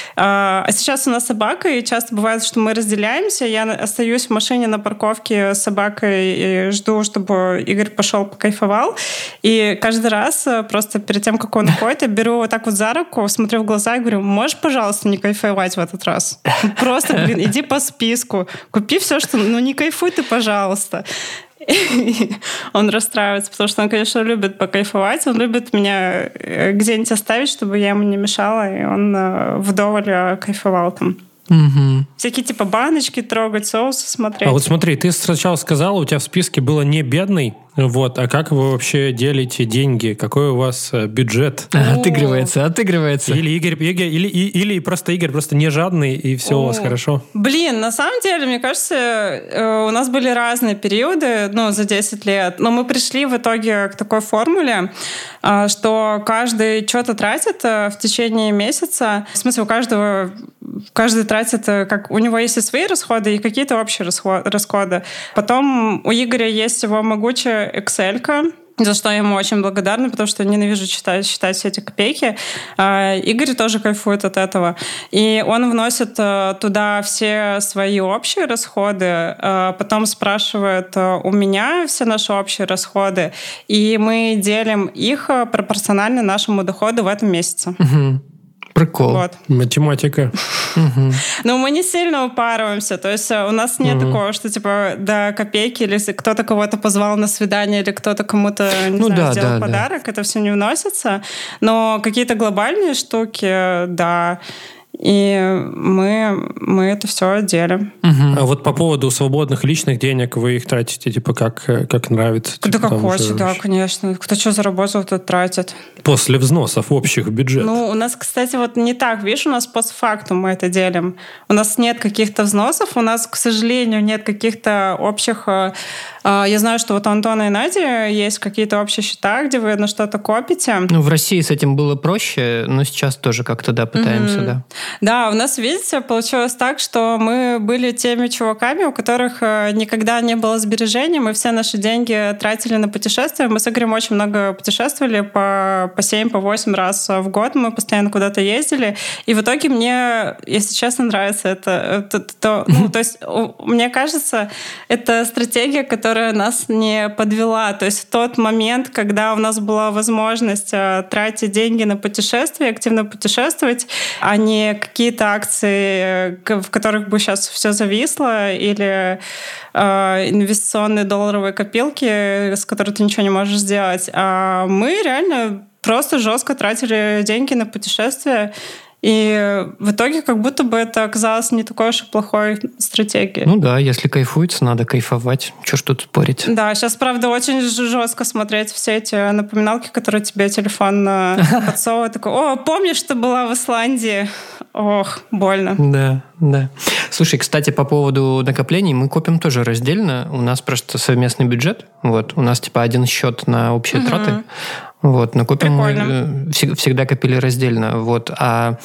А сейчас у нас собака, и часто бывает, что мы разделяемся. Я остаюсь в машине на парковке с собакой и жду, чтобы Игорь пошел покайфовал. И каждый раз просто перед тем, как он уходит, я беру вот так вот за руку, смотрю в глаза и говорю: можешь, пожалуйста, не кайфовать в этот раз? Просто, блин, иди по списку. Купи все, что... Ну, не кайфуй ты, пожалуйста. И он расстраивается, потому что он, конечно, любит покайфовать. Он любит меня где-нибудь оставить, чтобы я ему не мешала, и он вдоволь кайфовал там. Угу. Всякие типа баночки трогать, соусы смотреть. А вот смотри, ты сначала сказала, у тебя в списке было не бедный, вот, а как вы вообще делите деньги? Какой у вас бюджет? А, отыгрывается, отыгрывается. Или Игорь, Игорь или, или, или просто Игорь просто не жадный, и все О. у вас хорошо? Блин, на самом деле, мне кажется, у нас были разные периоды, ну, за десять лет, но мы пришли в итоге к такой формуле, что каждый что-то тратит в течение месяца. В смысле, у каждого каждый тратит, как у него есть и свои расходы, и какие-то общие расходы. Потом у Игоря есть его могучая Excel-ка, за что я ему очень благодарна, потому что ненавижу читать, считать все эти копейки. Игорь тоже кайфует от этого. И он вносит туда все свои общие расходы, потом спрашивает у меня все наши общие расходы, и мы делим их пропорционально нашему доходу в этом месяце. Угу. Прикол. Вот. Математика. Но мы не сильно упарываемся. То есть у нас нет угу. такого, что типа до копейки, или кто-то кого-то позвал на свидание, или кто-то кому-то не ну, знаю, да, сделал да, подарок, да. это все не вносится. Но какие-то глобальные штуки, да. И мы, мы это все делим. Угу. А вот по поводу свободных личных денег вы их тратите, типа, как, как нравится? Да типа, как хочет, да, конечно. Кто что заработал, тот тратит. После взносов общих в бюджет? Ну, у нас, кстати, вот не так. Видишь, у нас постфактум мы это делим. У нас нет каких-то взносов, у нас, к сожалению, нет каких-то общих... Я знаю, что вот у Антона и Нади есть какие-то общие счета, где вы на что-то копите. Ну, в России с этим было проще, но сейчас тоже как-то, да, пытаемся, mm-hmm. да. Да, у нас, видите, получилось так, что мы были теми чуваками, у которых никогда не было сбережений, мы все наши деньги тратили на путешествия. Мы с Игорем очень много путешествовали, по, по семь, по восемь раз в год мы постоянно куда-то ездили. И в итоге мне, если честно, нравится это. это то, ну, то есть, мне кажется, это стратегия, которая нас не подвела. То есть в тот момент, когда у нас была возможность тратить деньги на путешествия, активно путешествовать, а не какие-то акции, в которых бы сейчас все зависло, или э, инвестиционные долларовые копилки, с которыми ты ничего не можешь сделать. А мы реально просто жестко тратили деньги на путешествия. И в итоге как будто бы это оказалось не такой уж и плохой стратегией. Ну да, если кайфуется, надо кайфовать. Чего ж тут спорить? Да, сейчас, правда, очень жестко смотреть все эти напоминалки, которые тебе телефон подсовывает. Такой, о, помнишь, что была в Исландии? Ох, больно. Да, да. Слушай, кстати, по поводу накоплений, мы копим тоже раздельно. У нас просто совместный бюджет. Вот, у нас типа один счет на общие угу. траты. Вот, но копим мы всегда копили раздельно. Вот, а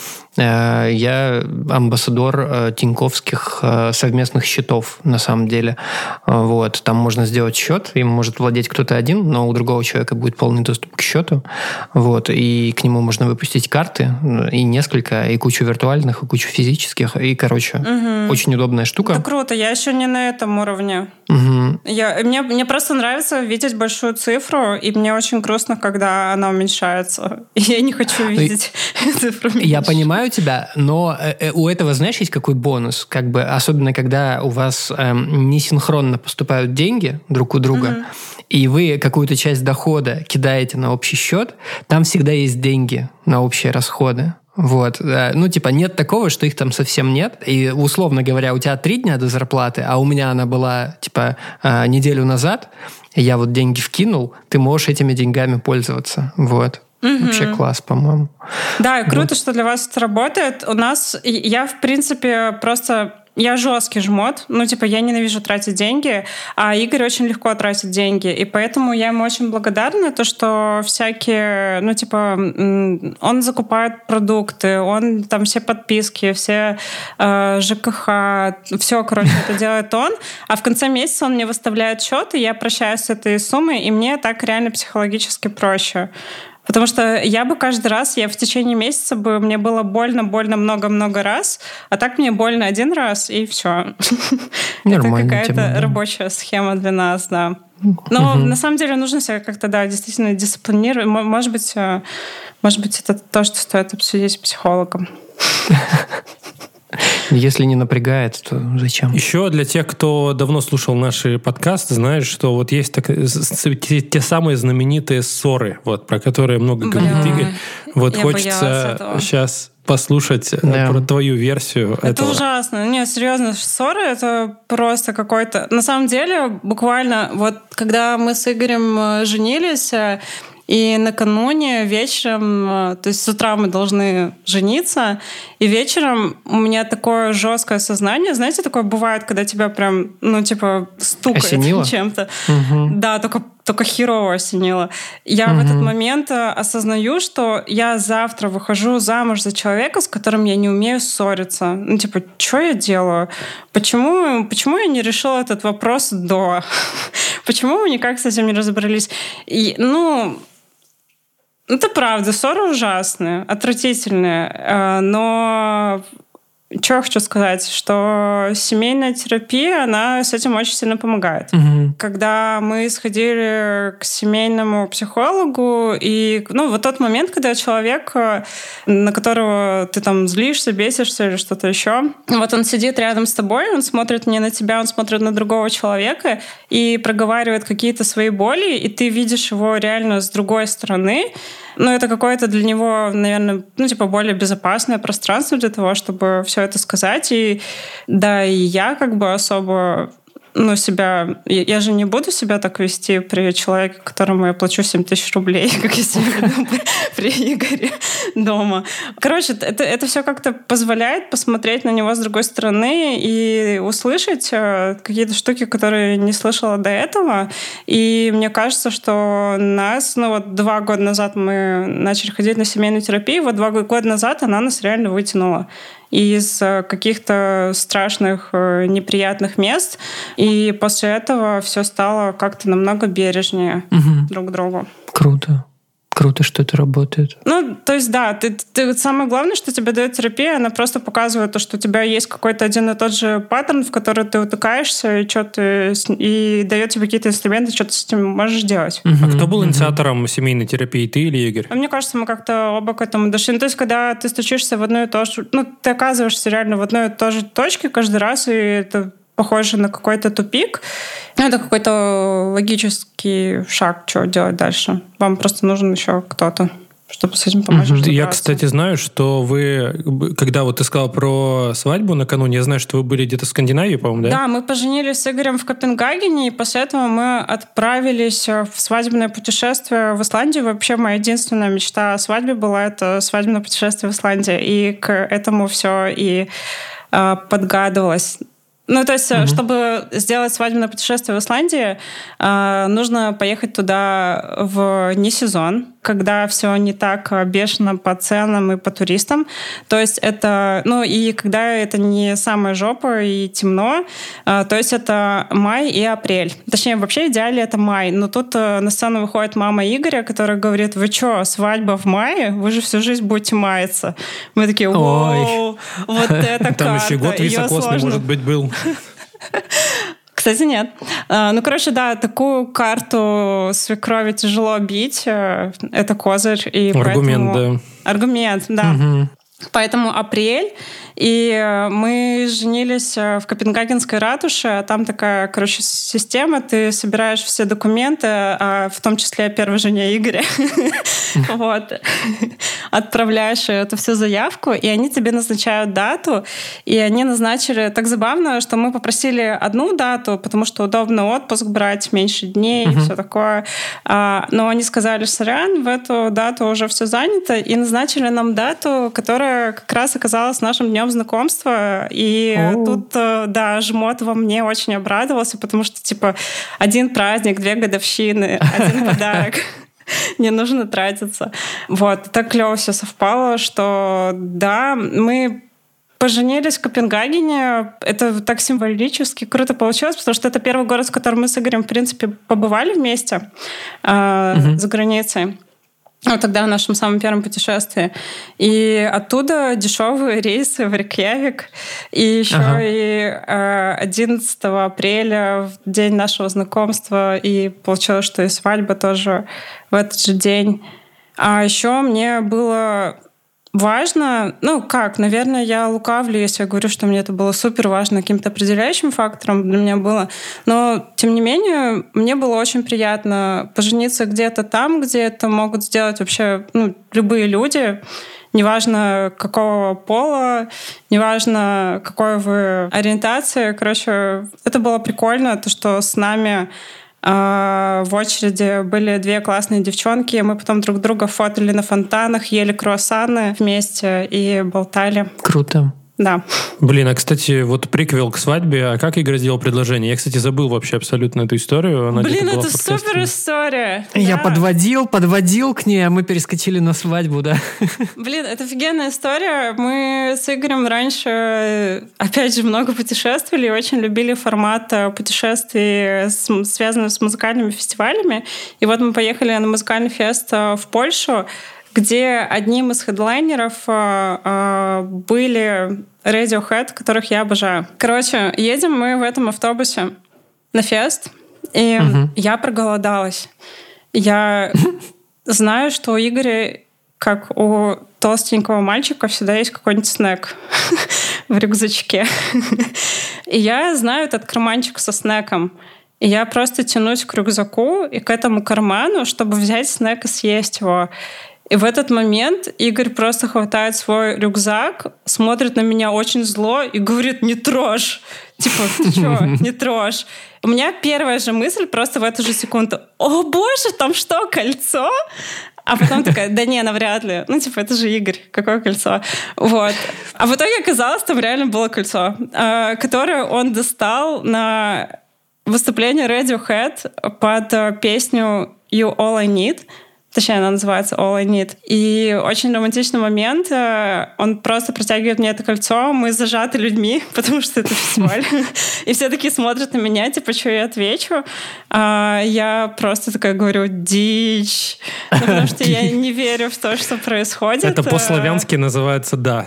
э, я амбассадор э, тиньковских э, совместных счетов, на самом деле. Вот, там можно сделать счет, им может владеть кто-то один, но у другого человека будет полный доступ к счету. Вот, и к нему можно выпустить карты, и несколько, и кучу виртуальных, и кучу физических, и, короче, угу. очень удобная штука. Это круто, я еще не на этом уровне. Угу. Я, мне, мне просто нравится видеть большую цифру, и мне очень грустно, когда она уменьшается. И я не хочу видеть цифру меньше. Я понимаю тебя, но у этого, знаешь, есть какой бонус? Как бы, особенно, когда у вас эм, несинхронно поступают деньги друг у друга, угу. и вы какую-то часть дохода кидаете на общий счет, там всегда есть деньги на общие расходы. Вот. Ну, типа, нет такого, что их там совсем нет. И, условно говоря, у тебя три дня до зарплаты, а у меня она была, типа, неделю назад, я вот деньги вкинул, ты можешь этими деньгами пользоваться. Вот. Угу. Вообще класс, по-моему. Да, и круто, вот. Что для вас это работает. У нас, я, в принципе, просто... Я жесткий жмот, ну, типа, я ненавижу тратить деньги, а Игорь очень легко тратит деньги, и поэтому я ему очень благодарна, то, что всякие, ну, типа, он закупает продукты, он там все подписки, все э, ЖКХ, все, короче, это делает он, а в конце месяца он мне выставляет счет, и я прощаюсь с этой суммой, и мне так реально психологически проще. Потому что я бы каждый раз, я в течение месяца бы, мне было больно-больно много-много раз, а так мне больно один раз, и все. Это какая-то тема, да. Рабочая схема для нас, да. Но угу. на самом деле нужно себя как-то, да, действительно дисциплинировать. Может быть, может быть, это то, что стоит обсудить с психологом. Если не напрягает, то зачем? Еще для тех, кто давно слушал наши подкасты, знаешь, что вот есть так, те, те самые знаменитые ссоры, вот, про которые много говорит Игорь. Вот я хочется сейчас послушать да. про твою версию это этого. Это ужасно. Нет, серьезно, ссоры — это просто какой-то... На самом деле, буквально, вот когда мы с Игорем женились, и накануне вечером, то есть с утра мы должны жениться, и вечером у меня такое жесткое сознание. Знаете, такое бывает, когда тебя прям, ну, типа, стукает осенило? Чем-то. Угу. Да, только, только херово осенило. Я угу. в этот момент осознаю, что я завтра выхожу замуж за человека, с которым я не умею ссориться. Ну, типа, что я делаю? Почему, почему я не решила этот вопрос до? Почему мы никак с этим не разобрались? И, ну... Это правда, ссоры ужасные, отвратительные, но что я хочу сказать, что семейная терапия, она с этим очень сильно помогает. Угу. Когда мы сходили к семейному психологу, и ну, вот тот момент, когда человек, на которого ты там злишься, бесишься или что-то еще, вот он сидит рядом с тобой, он смотрит не на тебя, он смотрит на другого человека и проговаривает какие-то свои боли, и ты видишь его реально с другой стороны. Ну, это какое-то для него, наверное, ну, типа, более безопасное пространство для того, чтобы все это сказать. И да, и я как бы особо ну, себя... Я же не буду себя так вести при человеке, которому я плачу семь тысяч рублей, как я себя веду при Игоре дома. Короче, это, это все как-то позволяет посмотреть на него с другой стороны и услышать какие-то штуки, которые не слышала до этого. И мне кажется, что нас... Ну, вот два года назад мы начали ходить на семейную терапию, вот два года назад она нас реально вытянула из каких-то страшных, неприятных мест. И после этого все стало как-то намного бережнее угу. друг к другу. Круто. Круто, что это работает. Ну, то есть, да, ты, ты, самое главное, что тебе дает терапия, она просто показывает то, что у тебя есть какой-то один и тот же паттерн, в который ты утыкаешься, и, что ты, и дает тебе какие-то инструменты, что ты с этим можешь делать. Uh-huh. А кто был инициатором uh-huh. семейной терапии, ты или Игорь? А мне кажется, мы как-то оба к этому дошли. Ну, то есть, когда ты стучишься в одно и то же... Ну, ты оказываешься реально в одной и той же точке каждый раз, и это похоже на какой-то тупик. Это какой-то логический шаг, что делать дальше. Вам просто нужен еще кто-то. чтобы с этим помочь. Mm-hmm. Я, кстати, знаю, что вы, когда вот ты сказал про свадьбу накануне, я знаю, что вы были где-то в Скандинавии, по-моему, да? Да, мы поженились с Игорем в Копенгагене, и после этого мы отправились в свадебное путешествие в Исландию. Вообще, моя единственная мечта о свадьбе была это свадебное путешествие в Исландию. И к этому все и э, подгадывалось. Ну, то есть, mm-hmm. чтобы сделать свадебное путешествие в Исландии, э, нужно поехать туда в несезон, когда все не так бешено по ценам и по туристам. То есть это... Ну, и когда это не самая жопа и темно, э, то есть это май и апрель. Точнее, вообще в идеале это май. Но тут э, на сцену выходит мама Игоря, которая говорит: вы что, свадьба в мае? Вы же всю жизнь будете маяться. Мы такие: вау, вот это карта. Там еще год високосный, может быть, был. Кстати, нет. Ну, короче, да, такую карту свекрови тяжело бить. Это козырь. И аргумент, поэтому... да. Аргумент, да. Угу. Поэтому апрель, и мы женились в Копенгагенской ратуше. Там такая, короче, система. Ты собираешь все документы, в том числе о первой жене Игоря. Вот. Отправляешь эту всю заявку, и они тебе назначают дату. И они назначили... Так забавно, что мы попросили одну дату, потому что удобно отпуск брать, меньше дней и все такое. Но они сказали: сорян, в эту дату уже все занято, и назначили нам дату, которая как раз оказалась нашим днем знакомства. И oh. тут, да, жмот во мне очень обрадовался, потому что, типа, один праздник, две годовщины, один подарок. Не нужно тратиться. Вот. Так клево все совпало, что, да, мы поженились в Копенгагене. Это так символически круто получилось, потому что это первый город, в котором мы с Игорем, в принципе, побывали вместе э, mm-hmm. за границей. Вот тогда в нашем самом первом путешествии. И оттуда дешевые рейсы в Рейкьявик. И еще ага. и одиннадцатого апреля, в день нашего знакомства, и получилось, что и свадьба тоже в этот же день. А еще мне было важно, ну как, наверное, я лукавлю, если я говорю, что мне это было супер важно, каким-то определяющим фактором для меня было. Но, тем не менее, мне было очень приятно пожениться где-то там, где это могут сделать вообще ну, любые люди. Неважно, какого пола, неважно, какой вы ориентации. Короче, это было прикольно, то, что с нами в очереди были две классные девчонки. Мы потом друг друга фотали на фонтанах, ели круассаны вместе и болтали. Круто. Да. Блин, а, кстати, вот приквел к свадьбе. А как Игорь сделал предложение? Я, кстати, забыл вообще абсолютно эту историю. Она Блин, это супер история. Я да. подводил, подводил к ней, а мы перескочили на свадьбу, да. Блин, это офигенная история. Мы с Игорем раньше, опять же, много путешествовали и очень любили формат путешествий, связанных с музыкальными фестивалями. И вот мы поехали на музыкальный фест в Польшу, где одним из хедлайнеров э, были Radiohead, которых я обожаю. Короче, едем мы в этом автобусе на фест, и uh-huh. я проголодалась. Я знаю, что у Игоря, как у толстенького мальчика, всегда есть какой-нибудь снэк в рюкзачке. И я знаю этот карманчик со снэком. И я просто тянусь к рюкзаку и к этому карману, чтобы взять снэк и съесть его. И в этот момент Игорь просто хватает свой рюкзак, смотрит на меня очень зло и говорит: не трожь. Типа, ты что, не трожь? У меня первая же мысль просто в эту же секунду: о боже, там что, кольцо? А потом такая: да не, навряд ли. Ну, типа, это же Игорь, какое кольцо? Вот. А в итоге оказалось, там реально было кольцо, которое он достал на выступление Radiohead под песню You All I Need. Точнее, она называется All I Need. И очень романтичный момент. Он просто протягивает мне это кольцо. Мы зажаты людьми, потому что это фестиваль. И все такие смотрят на меня, типа, что я отвечу. А я просто такая говорю: дичь. Ну, потому что я не верю в то, что происходит. Это по-славянски называется «да».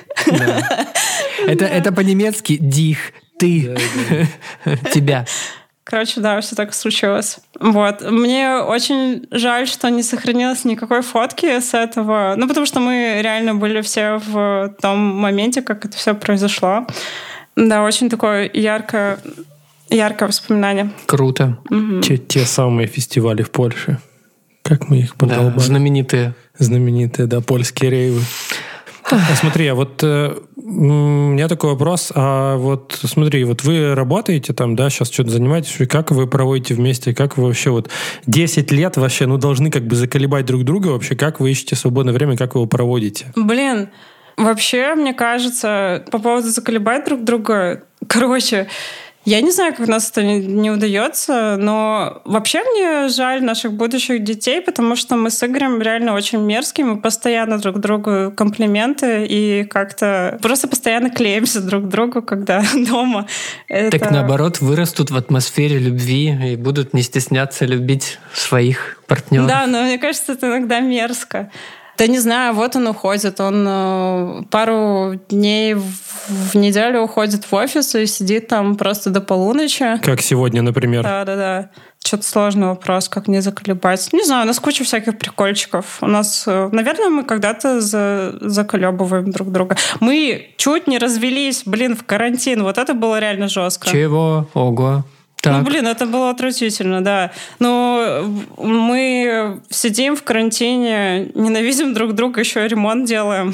Это по-немецки «дих», «ты», «тебя». Короче, да, все так случилось. Вот. Мне очень жаль, что не сохранилось никакой фотки с этого. Ну, потому что мы реально были все в том моменте, как это все произошло. Да, очень такое яркое, яркое воспоминание. Круто. Угу. Те, те самые фестивали в Польше. Как мы их подолбали. Да, знаменитые. Знаменитые, да, польские рейвы. А смотри, а вот э, у меня такой вопрос. А вот смотри, вот вы работаете там, да, сейчас что-то занимаетесь, и как вы проводите вместе, как вы вообще вот десять лет вообще, ну, должны как бы заколебать друг друга вообще, как вы ищете свободное время, как вы его проводите? Блин, вообще, мне кажется, по поводу заколебать друг друга, короче... Я не знаю, как у нас это не, не удается, но вообще мне жаль наших будущих детей, потому что мы с Игорем реально очень мерзкие, мы постоянно друг другу комплименты и как-то просто постоянно клеимся друг к другу, когда дома. Это... Так наоборот, вырастут в атмосфере любви и будут не стесняться любить своих партнеров. Да, но мне кажется, это иногда мерзко. Да не знаю, вот он уходит, он э, пару дней в, в неделю уходит в офис и сидит там просто до полуночи. Как сегодня, например. Да-да-да. Что-то сложный вопрос, как не заколебать. Не знаю, у нас куча всяких прикольчиков. У нас, э, наверное, мы когда-то за, заколебываем друг друга. Мы чуть не развелись, блин, в карантин. Вот это было реально жестко. Чего? Ого. Так. Ну, блин, это было отвратительно, да. Но мы сидим в карантине, ненавидим друг друга, еще ремонт делаем.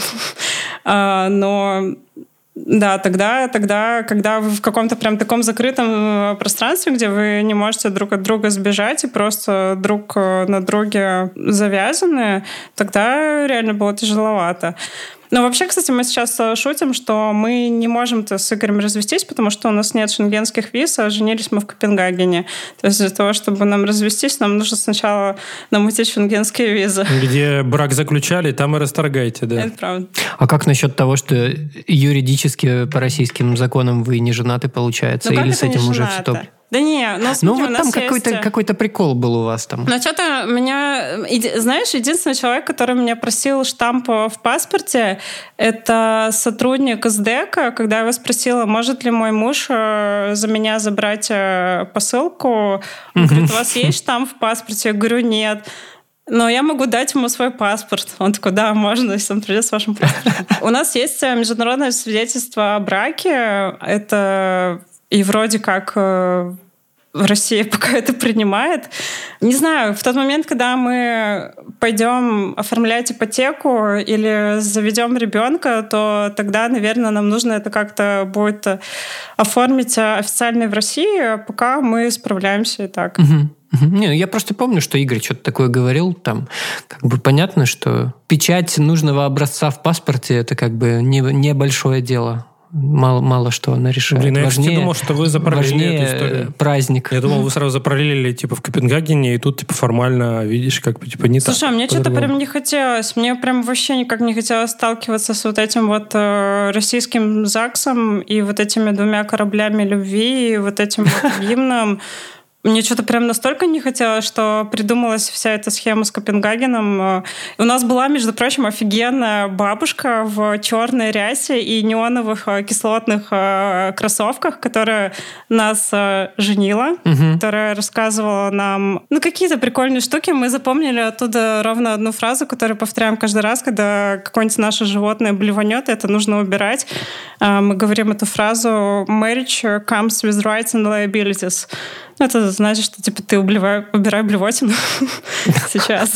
Но да, тогда, тогда, когда вы в каком-то прям таком закрытом пространстве, где вы не можете друг от друга сбежать и просто друг на друге завязаны, тогда реально было тяжеловато. Но вообще, кстати, мы сейчас шутим, что мы не можем-то с Игорем развестись, потому что у нас нет шенгенских виз, а женились мы в Копенгагене. То есть для того, чтобы нам развестись, нам нужно сначала намутить шенгенские визы. Где брак заключали, там и расторгайте, да. Это правда. А как насчет того, что юридически по российским законам вы не женаты, получается? Ну, или с этим уже все топ? Да не, ну, смотри, ну вот у нас там какой-то, есть... какой-то прикол был у вас там. Ну, что-то меня... Знаешь, единственный человек, который меня просил штамп в паспорте, это сотрудник СДЭКа, когда я его спросила, может ли мой муж за меня забрать посылку. Он говорит, у вас есть штамп в паспорте? Я говорю, нет. Но я могу дать ему свой паспорт. Он такой, да, можно, если он придет с вашим паспортом. У нас есть международное свидетельство о браке. Это и вроде как... Россия пока это принимает. Не знаю, в тот момент, когда мы пойдем оформлять ипотеку или заведем ребенка, то тогда, наверное, нам нужно это как-то будет оформить официально в России, а пока мы справляемся и так. Угу. Не, я просто помню, что Игорь что-то такое говорил. Там как бы понятно, что печать нужного образца в паспорте — это как бы не, небольшое дело. Мало, мало что она решает. Блин, я важнее, думал, что вы запараллели эту историю. Праздник. Я думал, вы сразу запараллелили типа в Копенгагене, и тут типа формально, видишь, как бы типа не Слушай, так. Слушай, мне что-то прям не хотелось. Мне прям вообще никак не хотелось сталкиваться с вот этим вот э, российским ЗАГСом и вот этими двумя кораблями любви, и вот этим вот гимном. Мне что-то прям настолько не хотелось, что придумалась вся эта схема с Копенгагеном. У нас была, между прочим, офигенная бабушка в черной рясе и неоновых кислотных кроссовках, которая нас женила, угу. которая рассказывала нам ну, какие-то прикольные штуки. Мы запомнили оттуда ровно одну фразу, которую повторяем каждый раз, когда какое-нибудь наше животное блеванет, это нужно убирать. Мы говорим эту фразу «Marriage comes with rights and liabilities». Это значит, что типа ты убивай, убирай блевотину сейчас.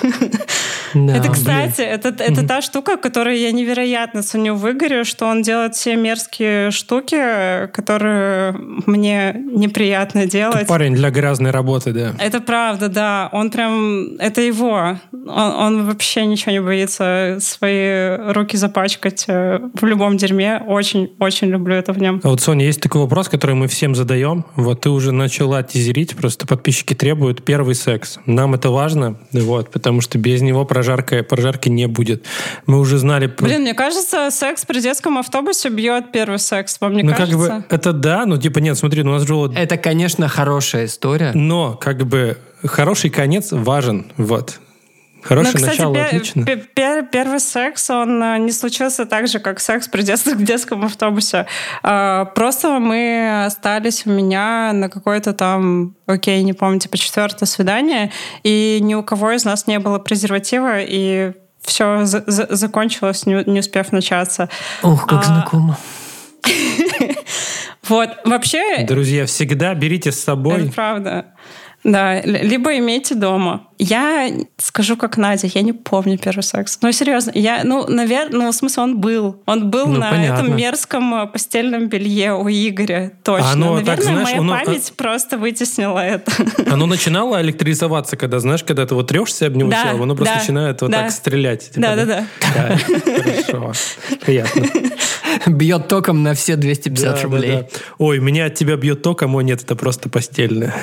Да, это, кстати, это, это mm-hmm. та штука, которую я невероятно ценю в Игоре, что он делает все мерзкие штуки, которые мне неприятно делать. Это парень для грязной работы, да. Это правда, да. Он прям... Это его. Он, он вообще ничего не боится свои руки запачкать в любом дерьме. Очень-очень люблю это в нем. А вот, Соня, есть такой вопрос, который мы всем задаем. Вот ты уже начала тизерить, просто подписчики требуют первый секс. Нам это важно, вот, потому что без него прожарка, прожарки не будет. Мы уже знали... Блин, мне кажется, секс при детском автобусе бьет первый секс. Вам не ну, кажется? Как бы, это да, ну типа нет, смотри, ну, у нас же... Вот... Это, конечно, хорошая история. Но как бы хороший конец важен, вот. Хорошее ну, кстати, начало, пер- отлично. Пер- пер- первый секс, он не случился так же, как секс при детстве в детском автобусе. А, просто мы остались у меня на какое-то там, окей, не помню, типа четвертое свидание, и ни у кого из нас не было презерватива, и все за- за- закончилось, не, не успев начаться. Ох, как а- знакомо. Вот, вообще... Друзья, всегда берите с собой... Это правда. Да, либо имейте дома. Я скажу, как Надя, я не помню первый секс. Ну, серьезно, я, ну, наверное, ну, в смысле, он был. Он был ну, на понятно. этом мерзком постельном белье у Игоря. Точно. Оно, наверное, так, знаешь, моя оно, память а... просто вытеснила это. Оно начинало электризоваться, когда, знаешь, когда ты вот трешься об него да, телом, оно просто да, начинает вот да. так стрелять. Типа, да, да, да. да. Хорошо. Приятно. Бьет током на все двести пятьдесят да, рублей. Да, да. Ой, меня от тебя бьет током, о нет, это просто постельное.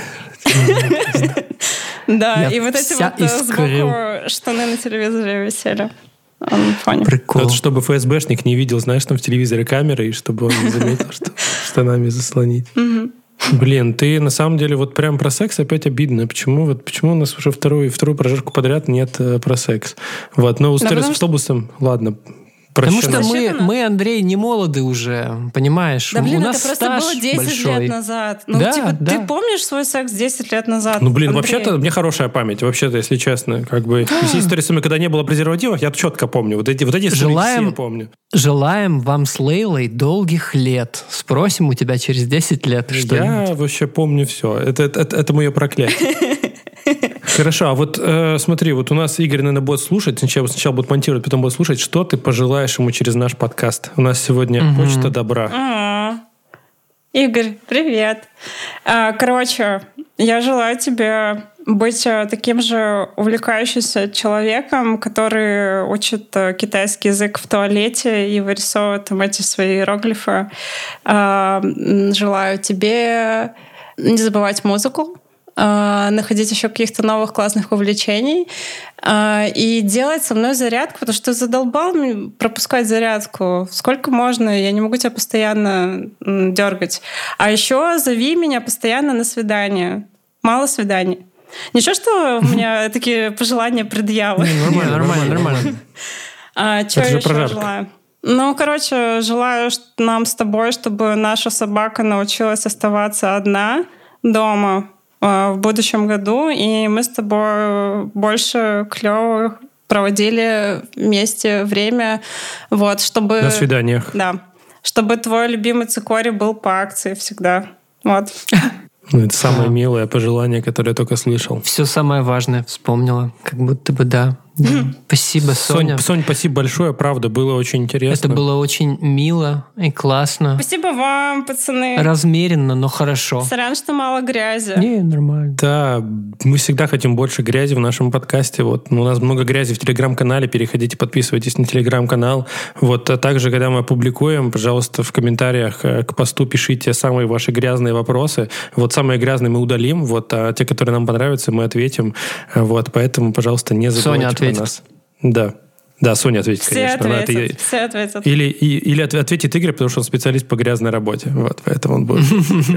Да, и вот эти вот сбоку штаны на телевизоре висели. Прикол. Вот чтобы эф эс бэшник не видел, знаешь, там в телевизоре камеры, и чтобы он не заметил, что штанами заслонить. Блин, ты на самом деле вот прям про секс опять обидно. Почему вот почему у нас уже вторую вторую прожарку подряд нет э, про секс? Вот, но история да, с автобусом, что... ладно. Потому что мы, мы, Андрей, не молоды уже, понимаешь? Да, блин, у нас это просто стаж было десять большой. лет назад. Ну, да, типа, да. ты помнишь свой секс десять лет назад? Ну, блин, Андрей? вообще-то мне хорошая память, вообще-то, если честно. Как бы, если история с вами, когда не было презервативов, я четко помню. Вот эти, вот эти истории желаем, все я помню. Желаем вам с Лейлой долгих лет. Спросим у тебя через десять лет что-нибудь. Я вообще помню все. Это, это, это, это мое проклятие. Хорошо, а вот э, смотри, вот у нас Игорь, наверное, будет слушать, сначала, сначала будет монтировать, потом будет слушать, что ты пожелаешь ему через наш подкаст. У нас сегодня угу. почта добра. А-а-а. Игорь, привет. А, короче, я желаю тебе быть таким же увлекающимся человеком, который учит китайский язык в туалете и вырисовывает там эти свои иероглифы. А, желаю тебе не забывать музыку, находить еще каких-то новых классных увлечений и делать со мной зарядку, потому что ты задолбал пропускать зарядку. Сколько можно? Я не могу тебя постоянно дергать. А еще зови меня постоянно на свидание. Мало свиданий. Ничего, что у меня такие пожелания предъявы. Нормально, нормально, нормально. Что я еще желаю? Ну, короче, желаю нам с тобой, чтобы наша собака научилась оставаться одна дома в будущем году, и мы с тобой больше клёво проводили вместе время, вот, чтобы... На свиданиях. Да. Чтобы твой любимый цикорий был по акции всегда. Вот. Ну, это самое а. милое пожелание, которое я только слышал. Все самое важное вспомнила. Как будто бы да. Да. Спасибо, Соня. Сонь, Сонь, спасибо большое, правда, было очень интересно. Это было очень мило и классно. Спасибо вам, пацаны. Размеренно, но хорошо. Сорян, что мало грази. Не, нормально. Да, мы всегда хотим больше грязи в нашем подкасте. Вот, у нас много грязи в Телеграм-канале, переходите, подписывайтесь на Телеграм-канал. Вот, а также, когда мы опубликуем, пожалуйста, в комментариях к посту пишите самые ваши грязные вопросы. Вот самые грязные мы удалим, вот, а те, которые нам понравятся, мы ответим. Вот, поэтому, пожалуйста, не забывайте. Соня ответит. Нас. Да. Да, Соня ответит, все конечно. Ответят, это... Все ответят. Или, и, или ответит Игорь, потому что он специалист по грязной работе. Вот, поэтому он будет.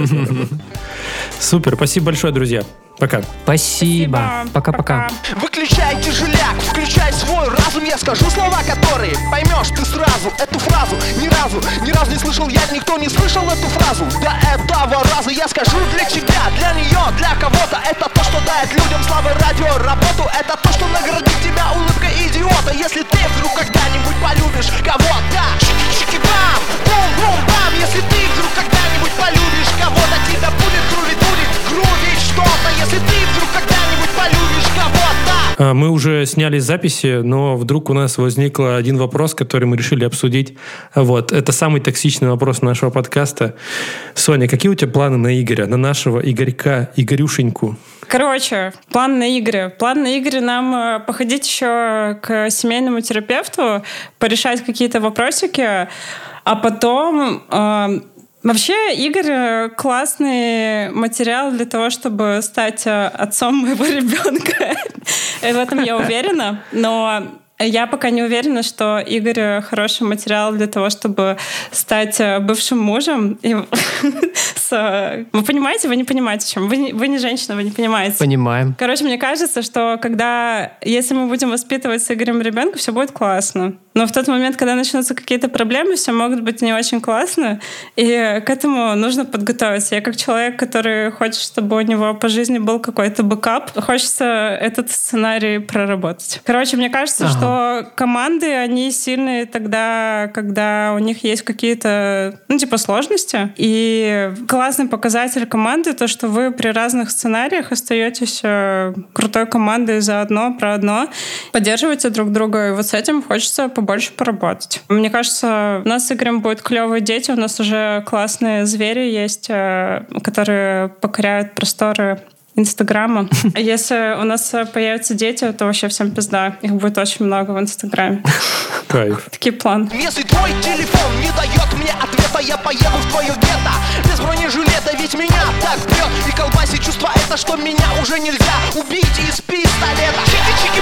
Супер, спасибо большое, друзья. Пока. Спасибо. Пока-пока. Выключай тяжеляк, включай свой разум. Я скажу слова, которые поймешь ты сразу. Эту фразу ни разу, ни разу не слышал я, никто не слышал эту фразу. До этого раза я скажу для тебя, для нее, для кого-то. Это то, что дает людям славы, радио, работу. Это то, что наградит тебя улыбкой идиота. Если ты вдруг когда-нибудь полюбишь кого-то, шики-шики-бам, бум-бум-бам. Если ты вдруг когда-нибудь полюбишь кого-то, тебя будет грувить, будет грувить что-то. Если ты вдруг когда-нибудь полюбишь кого-то. Мы уже сняли записи, но вдруг у нас возник один вопрос, который мы решили обсудить. Вот. Это самый токсичный вопрос нашего подкаста. Соня, какие у тебя планы на Игоря, на нашего Игорька, Игорюшеньку? Короче, план на Игоря. План на Игоря нам походить еще к семейному терапевту, порешать какие-то вопросики, а потом... Э, Вообще, Игорь — классный материал для того, чтобы стать отцом моего ребенка. В этом я уверена. Но я пока не уверена, что Игорь — хороший материал для того, чтобы стать бывшим мужем. И с... Вы понимаете? Вы не понимаете, о чем. Вы не, вы не женщина, вы не понимаете. Понимаем. Короче, мне кажется, что когда... Если мы будем воспитывать с Игорем ребенка, все будет классно. Но в тот момент, когда начнутся какие-то проблемы, все могут быть не очень классно, и к этому нужно подготовиться. Я как человек, который хочет, чтобы у него по жизни был какой-то бэкап, хочется этот сценарий проработать. Короче, мне кажется, ага. что команды, они сильные тогда, когда у них есть какие-то, ну, типа, сложности. И классный показатель команды — то, что вы при разных сценариях остаетесь крутой командой заодно, про одно, поддерживаете друг друга, и вот с этим хочется побольше поработать. Мне кажется, у нас с Игорем будут клевые дети, у нас уже классные звери есть, которые покоряют просторы Инстаграма. А если у нас появятся дети, то вообще всем пизда. Их будет очень много в Инстаграме. Кайф. Такие планы. Если твой телефон не дает мне ответа, я поеду в твое гетто. Без бронежилета, ведь меня так прет. И колбасит чувство это, что меня уже нельзя убить из пистолета.